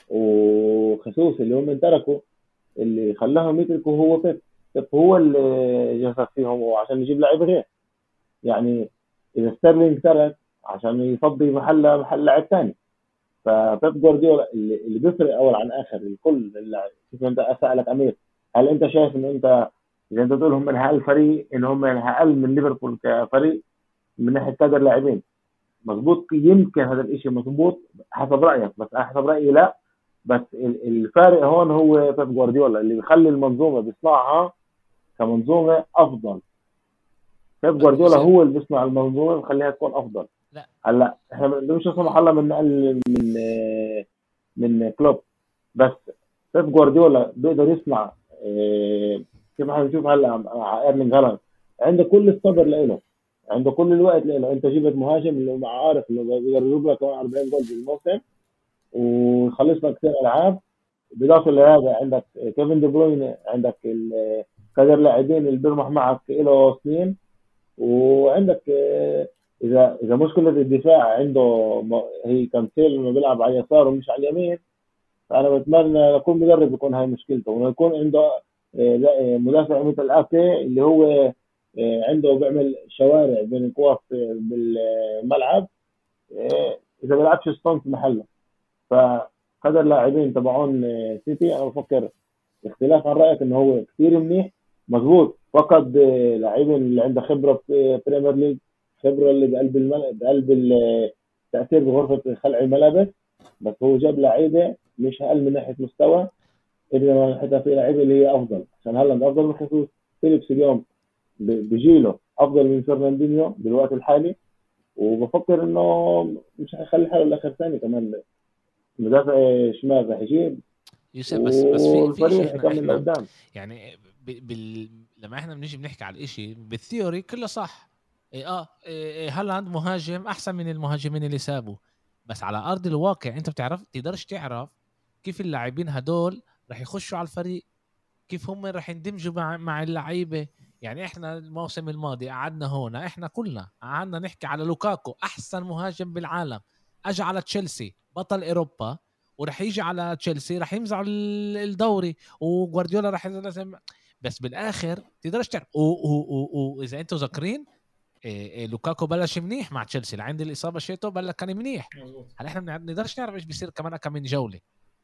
وخسوس اللي هم تركوا، اللي خلاهم يتركوا هو بيب. بيب هو اللي جسد فيهم وعشان يجيب لعيبه غير. يعني اذا ستيرلينج ترك عشان يفضي محل محل لاعب ثاني، فبيب جوارديولا اللي, اللي بيفرق اول عن اخر الكل. اللي انت اسالك امير، هل انت شايف ان انت اذا انت تقول هم من هالفريق ان هم اقل من ليفربول كفريق من ناحيه كادر لاعبين؟ مظبوط، يمكن هذا الاشي مظبوط حسب رايك، بس حسب رايي لا. بس الفارق هون هو بيب جوارديولا اللي بيخلي المنظومه بيصنعها كمنظومه افضل. بيب جوارديولا هو اللي بيصنع المنظومه بيخليها تكون افضل. لا هلا احنا مش سمح الله من نقل من من كلوب، بس بيب جوارديولا بيقدر يصنع إيه كيف احنا بنشوف هلا مع ايرلينغ هالاند. عنده كل الصبر له، عنده كل الوقت له. انت جبت مهاجم اللي عارف انه بيقدر يجيب لك كمان أربعين جول بالموسم ويخلص لك كثير العاب. بالاضافه لهذا عندك كيفن دي بروين، عندك كادر لاعبين اللي بيرمح معك له سنين، وعندك اذا اذا مشكله الدفاع عنده هي كانسيل انه بيلعب على اليسار ومش على اليمين. فانا بتمنى يكون مدرب يكون هاي مشكلته، وانه يكون عنده مدافع مثل اكي اللي هو عنده بيعمل شوارع بين الكوات بالملعب اذا بيلعبش ستونز محله. فقدر لاعبين تبعون سيتي انا بفكر اختلاف عن رايك انه هو كثير منيح مظبوط. فقد لاعبين اللي عنده خبره في بريمير ليج، خبره اللي بقلب الملعب بقلب التاثير بغرفه خلع الملابس، بس هو جاب لعيبه مش اقل من ناحيه مستوى إذا حتى في لعيبة اللي هي أفضل، عشان هالاند أفضل من خصوص فيليبس اليوم ب- بجيله أفضل من فرناندينيو بالوقت الحالي. وبفكر إنه مش هيخلي حاله لآخر ثاني كمان، مدافع شمال راح يجيب يوسف، بس بس في في والفريق شيء راح احنا يكمل احنا لقدام. يعني ب... بال... لما احنا بنيجي بنحكي على الاشي بالثيوري كله صح. إيه اه إيه إيه هالاند مهاجم احسن من المهاجمين اللي سابوا، بس على ارض الواقع انت بتعرف تقدرش تعرف كيف اللاعبين هدول راح يخشوا على الفريق، كيف هم راح يندمجوا مع مع اللعيبه. يعني احنا الموسم الماضي قعدنا هون، احنا كلنا قعدنا نحكي على لوكاكو احسن مهاجم بالعالم، اجى على تشيلسي بطل اوروبا، ورح يجي على تشيلسي رح يمزعوا ال- الدوري، وجوارديولا رح لازم. بس بالاخر تقدرش تعرف، واذا انتم ذاكرين إيه إيه لوكاكو بلش منيح مع تشيلسي لعند الاصابه شيتو، بلش كان منيح. مظبوط. هلا احنا ما بنقدرش نعرف ايش بيصير كمان كم من جوله.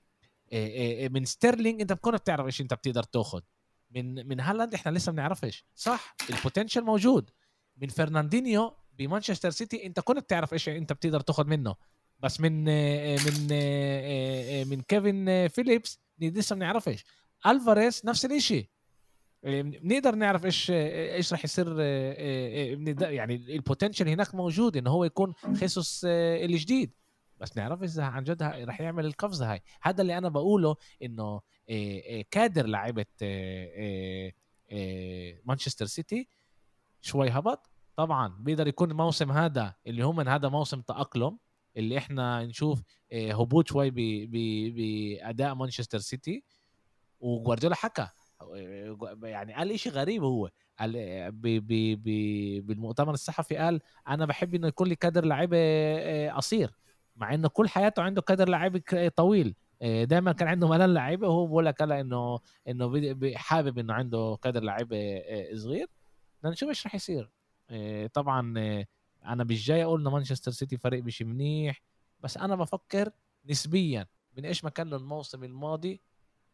إيه إيه من ستيرلينج انت بكون بتعرف ايش انت بتقدر تاخذ، من من هالاند احنا لسه بنعرفش صح، البوتنشال موجود. من فرناندينيو بمانشستر سيتي انت كنت بتعرف ايش انت بتقدر تاخذ منه، بس من آه، من آه، آه، من كيفن آه، فيليبس لسه بنعرفش. الفاريز نفس الاشي، آه، بنقدر نعرف ايش آه، ايش راح يصير. آه، آه، آه، بنقدر- يعني البوتنشال هناك موجود انه هو يكون خيسوس آه، الجديد، بس نعرف اذا عن جد ه- رح يعمل القفزه هاي. هذا اللي انا بقوله، انه آه، آه، كادر لعيبه آه، آه، آه، مانشستر سيتي شوي هبط. طبعا بيقدر يكون الموسم هذا اللي هو من هذا موسم تأقلم، اللي احنا نشوف آه، هبوط شوي ب- ب- بأداء مانشستر سيتي. وجوارديولا حكى آه، يعني قال إشي غريب، هو قال آه، ب ب ب بالمؤتمر الصحفي قال انا بحب انه يكون لي كادر لعيبه آه، قصير، مع انه كل حياته عنده كادر لعيبه ك- طويل. آه، دايما كان عنده ملان لعيبه، وهو بقول لك هلا انه انه بي- بي- حابب انه عنده كادر لعيبه آه، صغير. بدنا نشوف ايش راح يصير. آه، طبعا آه، انا مش جاي اقول ان مانشستر سيتي فريق مش منيح، بس انا بفكر نسبيا من ايش ما كان له الموسم الماضي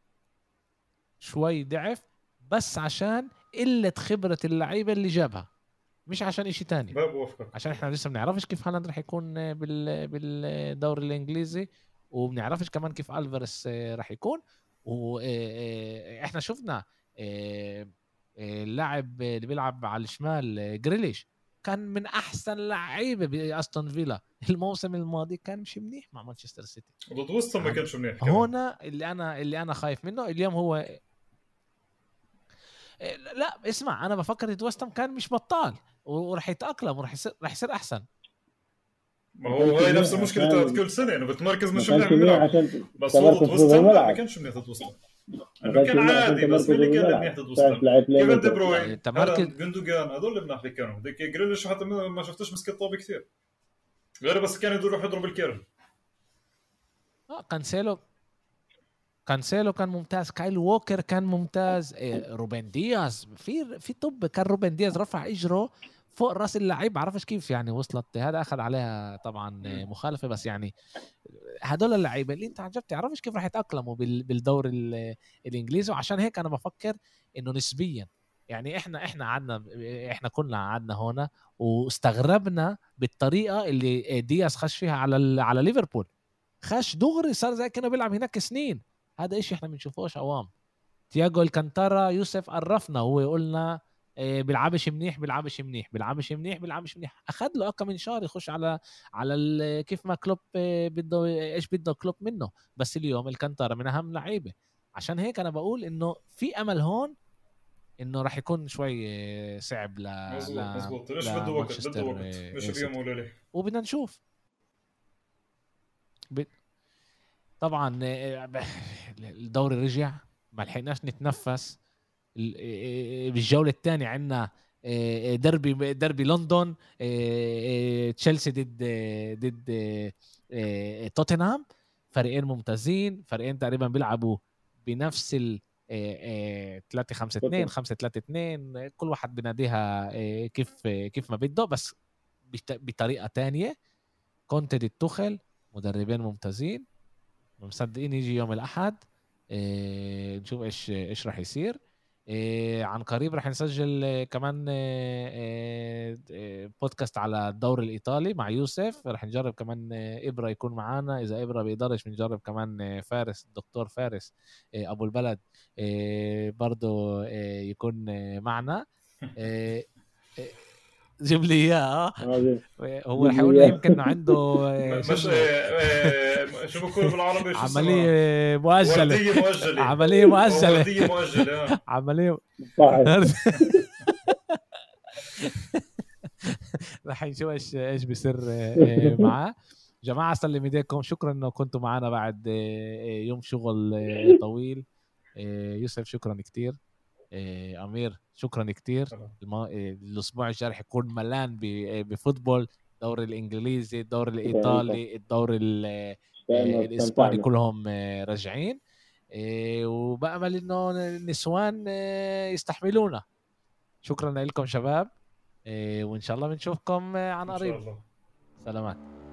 شوي ضعف، بس عشان قلة خبرة اللعيبة اللي جابها، مش عشان اشي تاني. باب بوافقك. عشان احنا لسه بنعرفش كيف هالاند رح يكون بال بالدوري الانجليزي، وبنعرفش كمان كيف الفارس رح يكون. واحنا شفنا آه، آه، اللاعب اللي بيلعب على الشمال آه، جريليش كان من احسن لعيبه باستون فيلا الموسم الماضي، كان مش منيح مع مانشستر سيتي. ضد وسط ما عن- كانش منيح كمان. هنا اللي انا اللي انا خايف منه اليوم هو إيه، لا اسمع، انا بفكر إن ويست هام كان مش بطال، وراح يتاقلم وراح يصير راح يصير احسن. ما ما هو كانش هاي نفس منيح المشكله تاعت عشان كل سنه انه بتمركز ما مش منيح كانش منيح بالملعب. عشان بس هو ضد تمركز في وست هام لا ما الملعب، كانش منيح ضد وست هام. ما انه كانش كان منيح عشان عادي، بس مين تمركزه اللي كان منيح بالملعب، ضد وست تعرف هام؟ لعيب بلاي كيفن دي ميكر. إيه، بروين، تمركز. هالاند، جندوجان، هذول المناح اللي كانوا. ديك جريليش حتى ما ما شفتش مسك الطابه كثير، غير بس كان يروح يضرب الكيرن. اه كانسيلو كانسيلو كان ممتاز، كايل ووكر كان ممتاز، إيه روبن دياز في في طب كان روبن دياز رفع اجره فوق راس اللعيب، بعرفش كيف يعني وصلت، هذا اخذ عليها طبعا آه، مخالفه، بس يعني هدول اللعيبه اللي انت عن جد تعرفش كيف راح يتاقلموا بال- بالدوري ال- الانجليزي. وعشان هيك انا بفكر انه نسبيا، يعني احنا احنا قعدنا احنا كلنا قعدنا هنا واستغربنا بالطريقه اللي دياز خش فيها على ال- على ليفربول، خش دغري صار زي كانه بيلعب هناك سنين. هذا إشي احنا بنشوفوش عوام. تياجو الكانتارا يوسف عرفنا، هو قلنا إيه بيلعبش منيح بيلعبش منيح بيلعبش منيح بيلعبش منيح، اخذ له كم من شهر يخش على على ال- كيف ما كلوب إيه بده ايش بده كلوب منه. بس اليوم الكانتارا من اهم لعيبه، عشان هيك انا بقول انه في امل هون انه راح يكون شوي إيه صعب ل مزبوط ل مزبوط، ليش بده وقت؟ بده لمانشستر وقت مش إيه اليوم سيتي، ولا ليه. وبدنا نشوف. ب- طبعا إيه، الدوري رجع، ما لحقناش نتنفس. ال- بالجوله الثانيه عندنا دربي دربي لندن، تشيلسي ضد ضد توتنهام، فريقين ممتازين، فريقين تقريبا بيلعبوا بنفس ال ثلاثة خمسة اثنين خمسة ثلاثة اثنين، كل واحد بناديها آه، كيف كيف ما بده، بس بت- بطريقه تانية. كونتي ضد توخل، مدربين ممتازين، مصدقين يجي يوم الاحد آه، نشوف ايش ايش راح يصير. إيه عن قريب رح نسجل إيه كمان إيه إيه بودكاست على الدوري الإيطالي مع يوسف. رح نجرب كمان إيه إبرة يكون معانا، إذا إبرة بيقدرش بنجرب كمان إيه فارس، الدكتور فارس إيه أبو البلد إيه برضو إيه يكون إيه معنا. إيه إيه جيب لي إياه. هو رح يقول لنا يمكن إنه عنده إيه مش إيه شو بقول بالعربي، شو عملية مؤجلة، وردية مؤجلة، عملية مؤجلة، وردية مؤجلة عملية رح نشوف ايش ايش بيصير معاه. جماعة سلم ايديكم، شكرا انه كنتوا معنا بعد يوم شغل طويل. يوسف شكرا كتير، امير شكرا كتير. الاسبوع الجاي رح يكون ملان بفوتبول، الدوري الانجليزي، الدوري الايطالي، الدوري الاسباني كلهم راجعين، وبأمل انه النسوان يستحملونا. شكرا لكم شباب، وإن شاء الله بنشوفكم عن قريب. إن شاء الله. سلامات.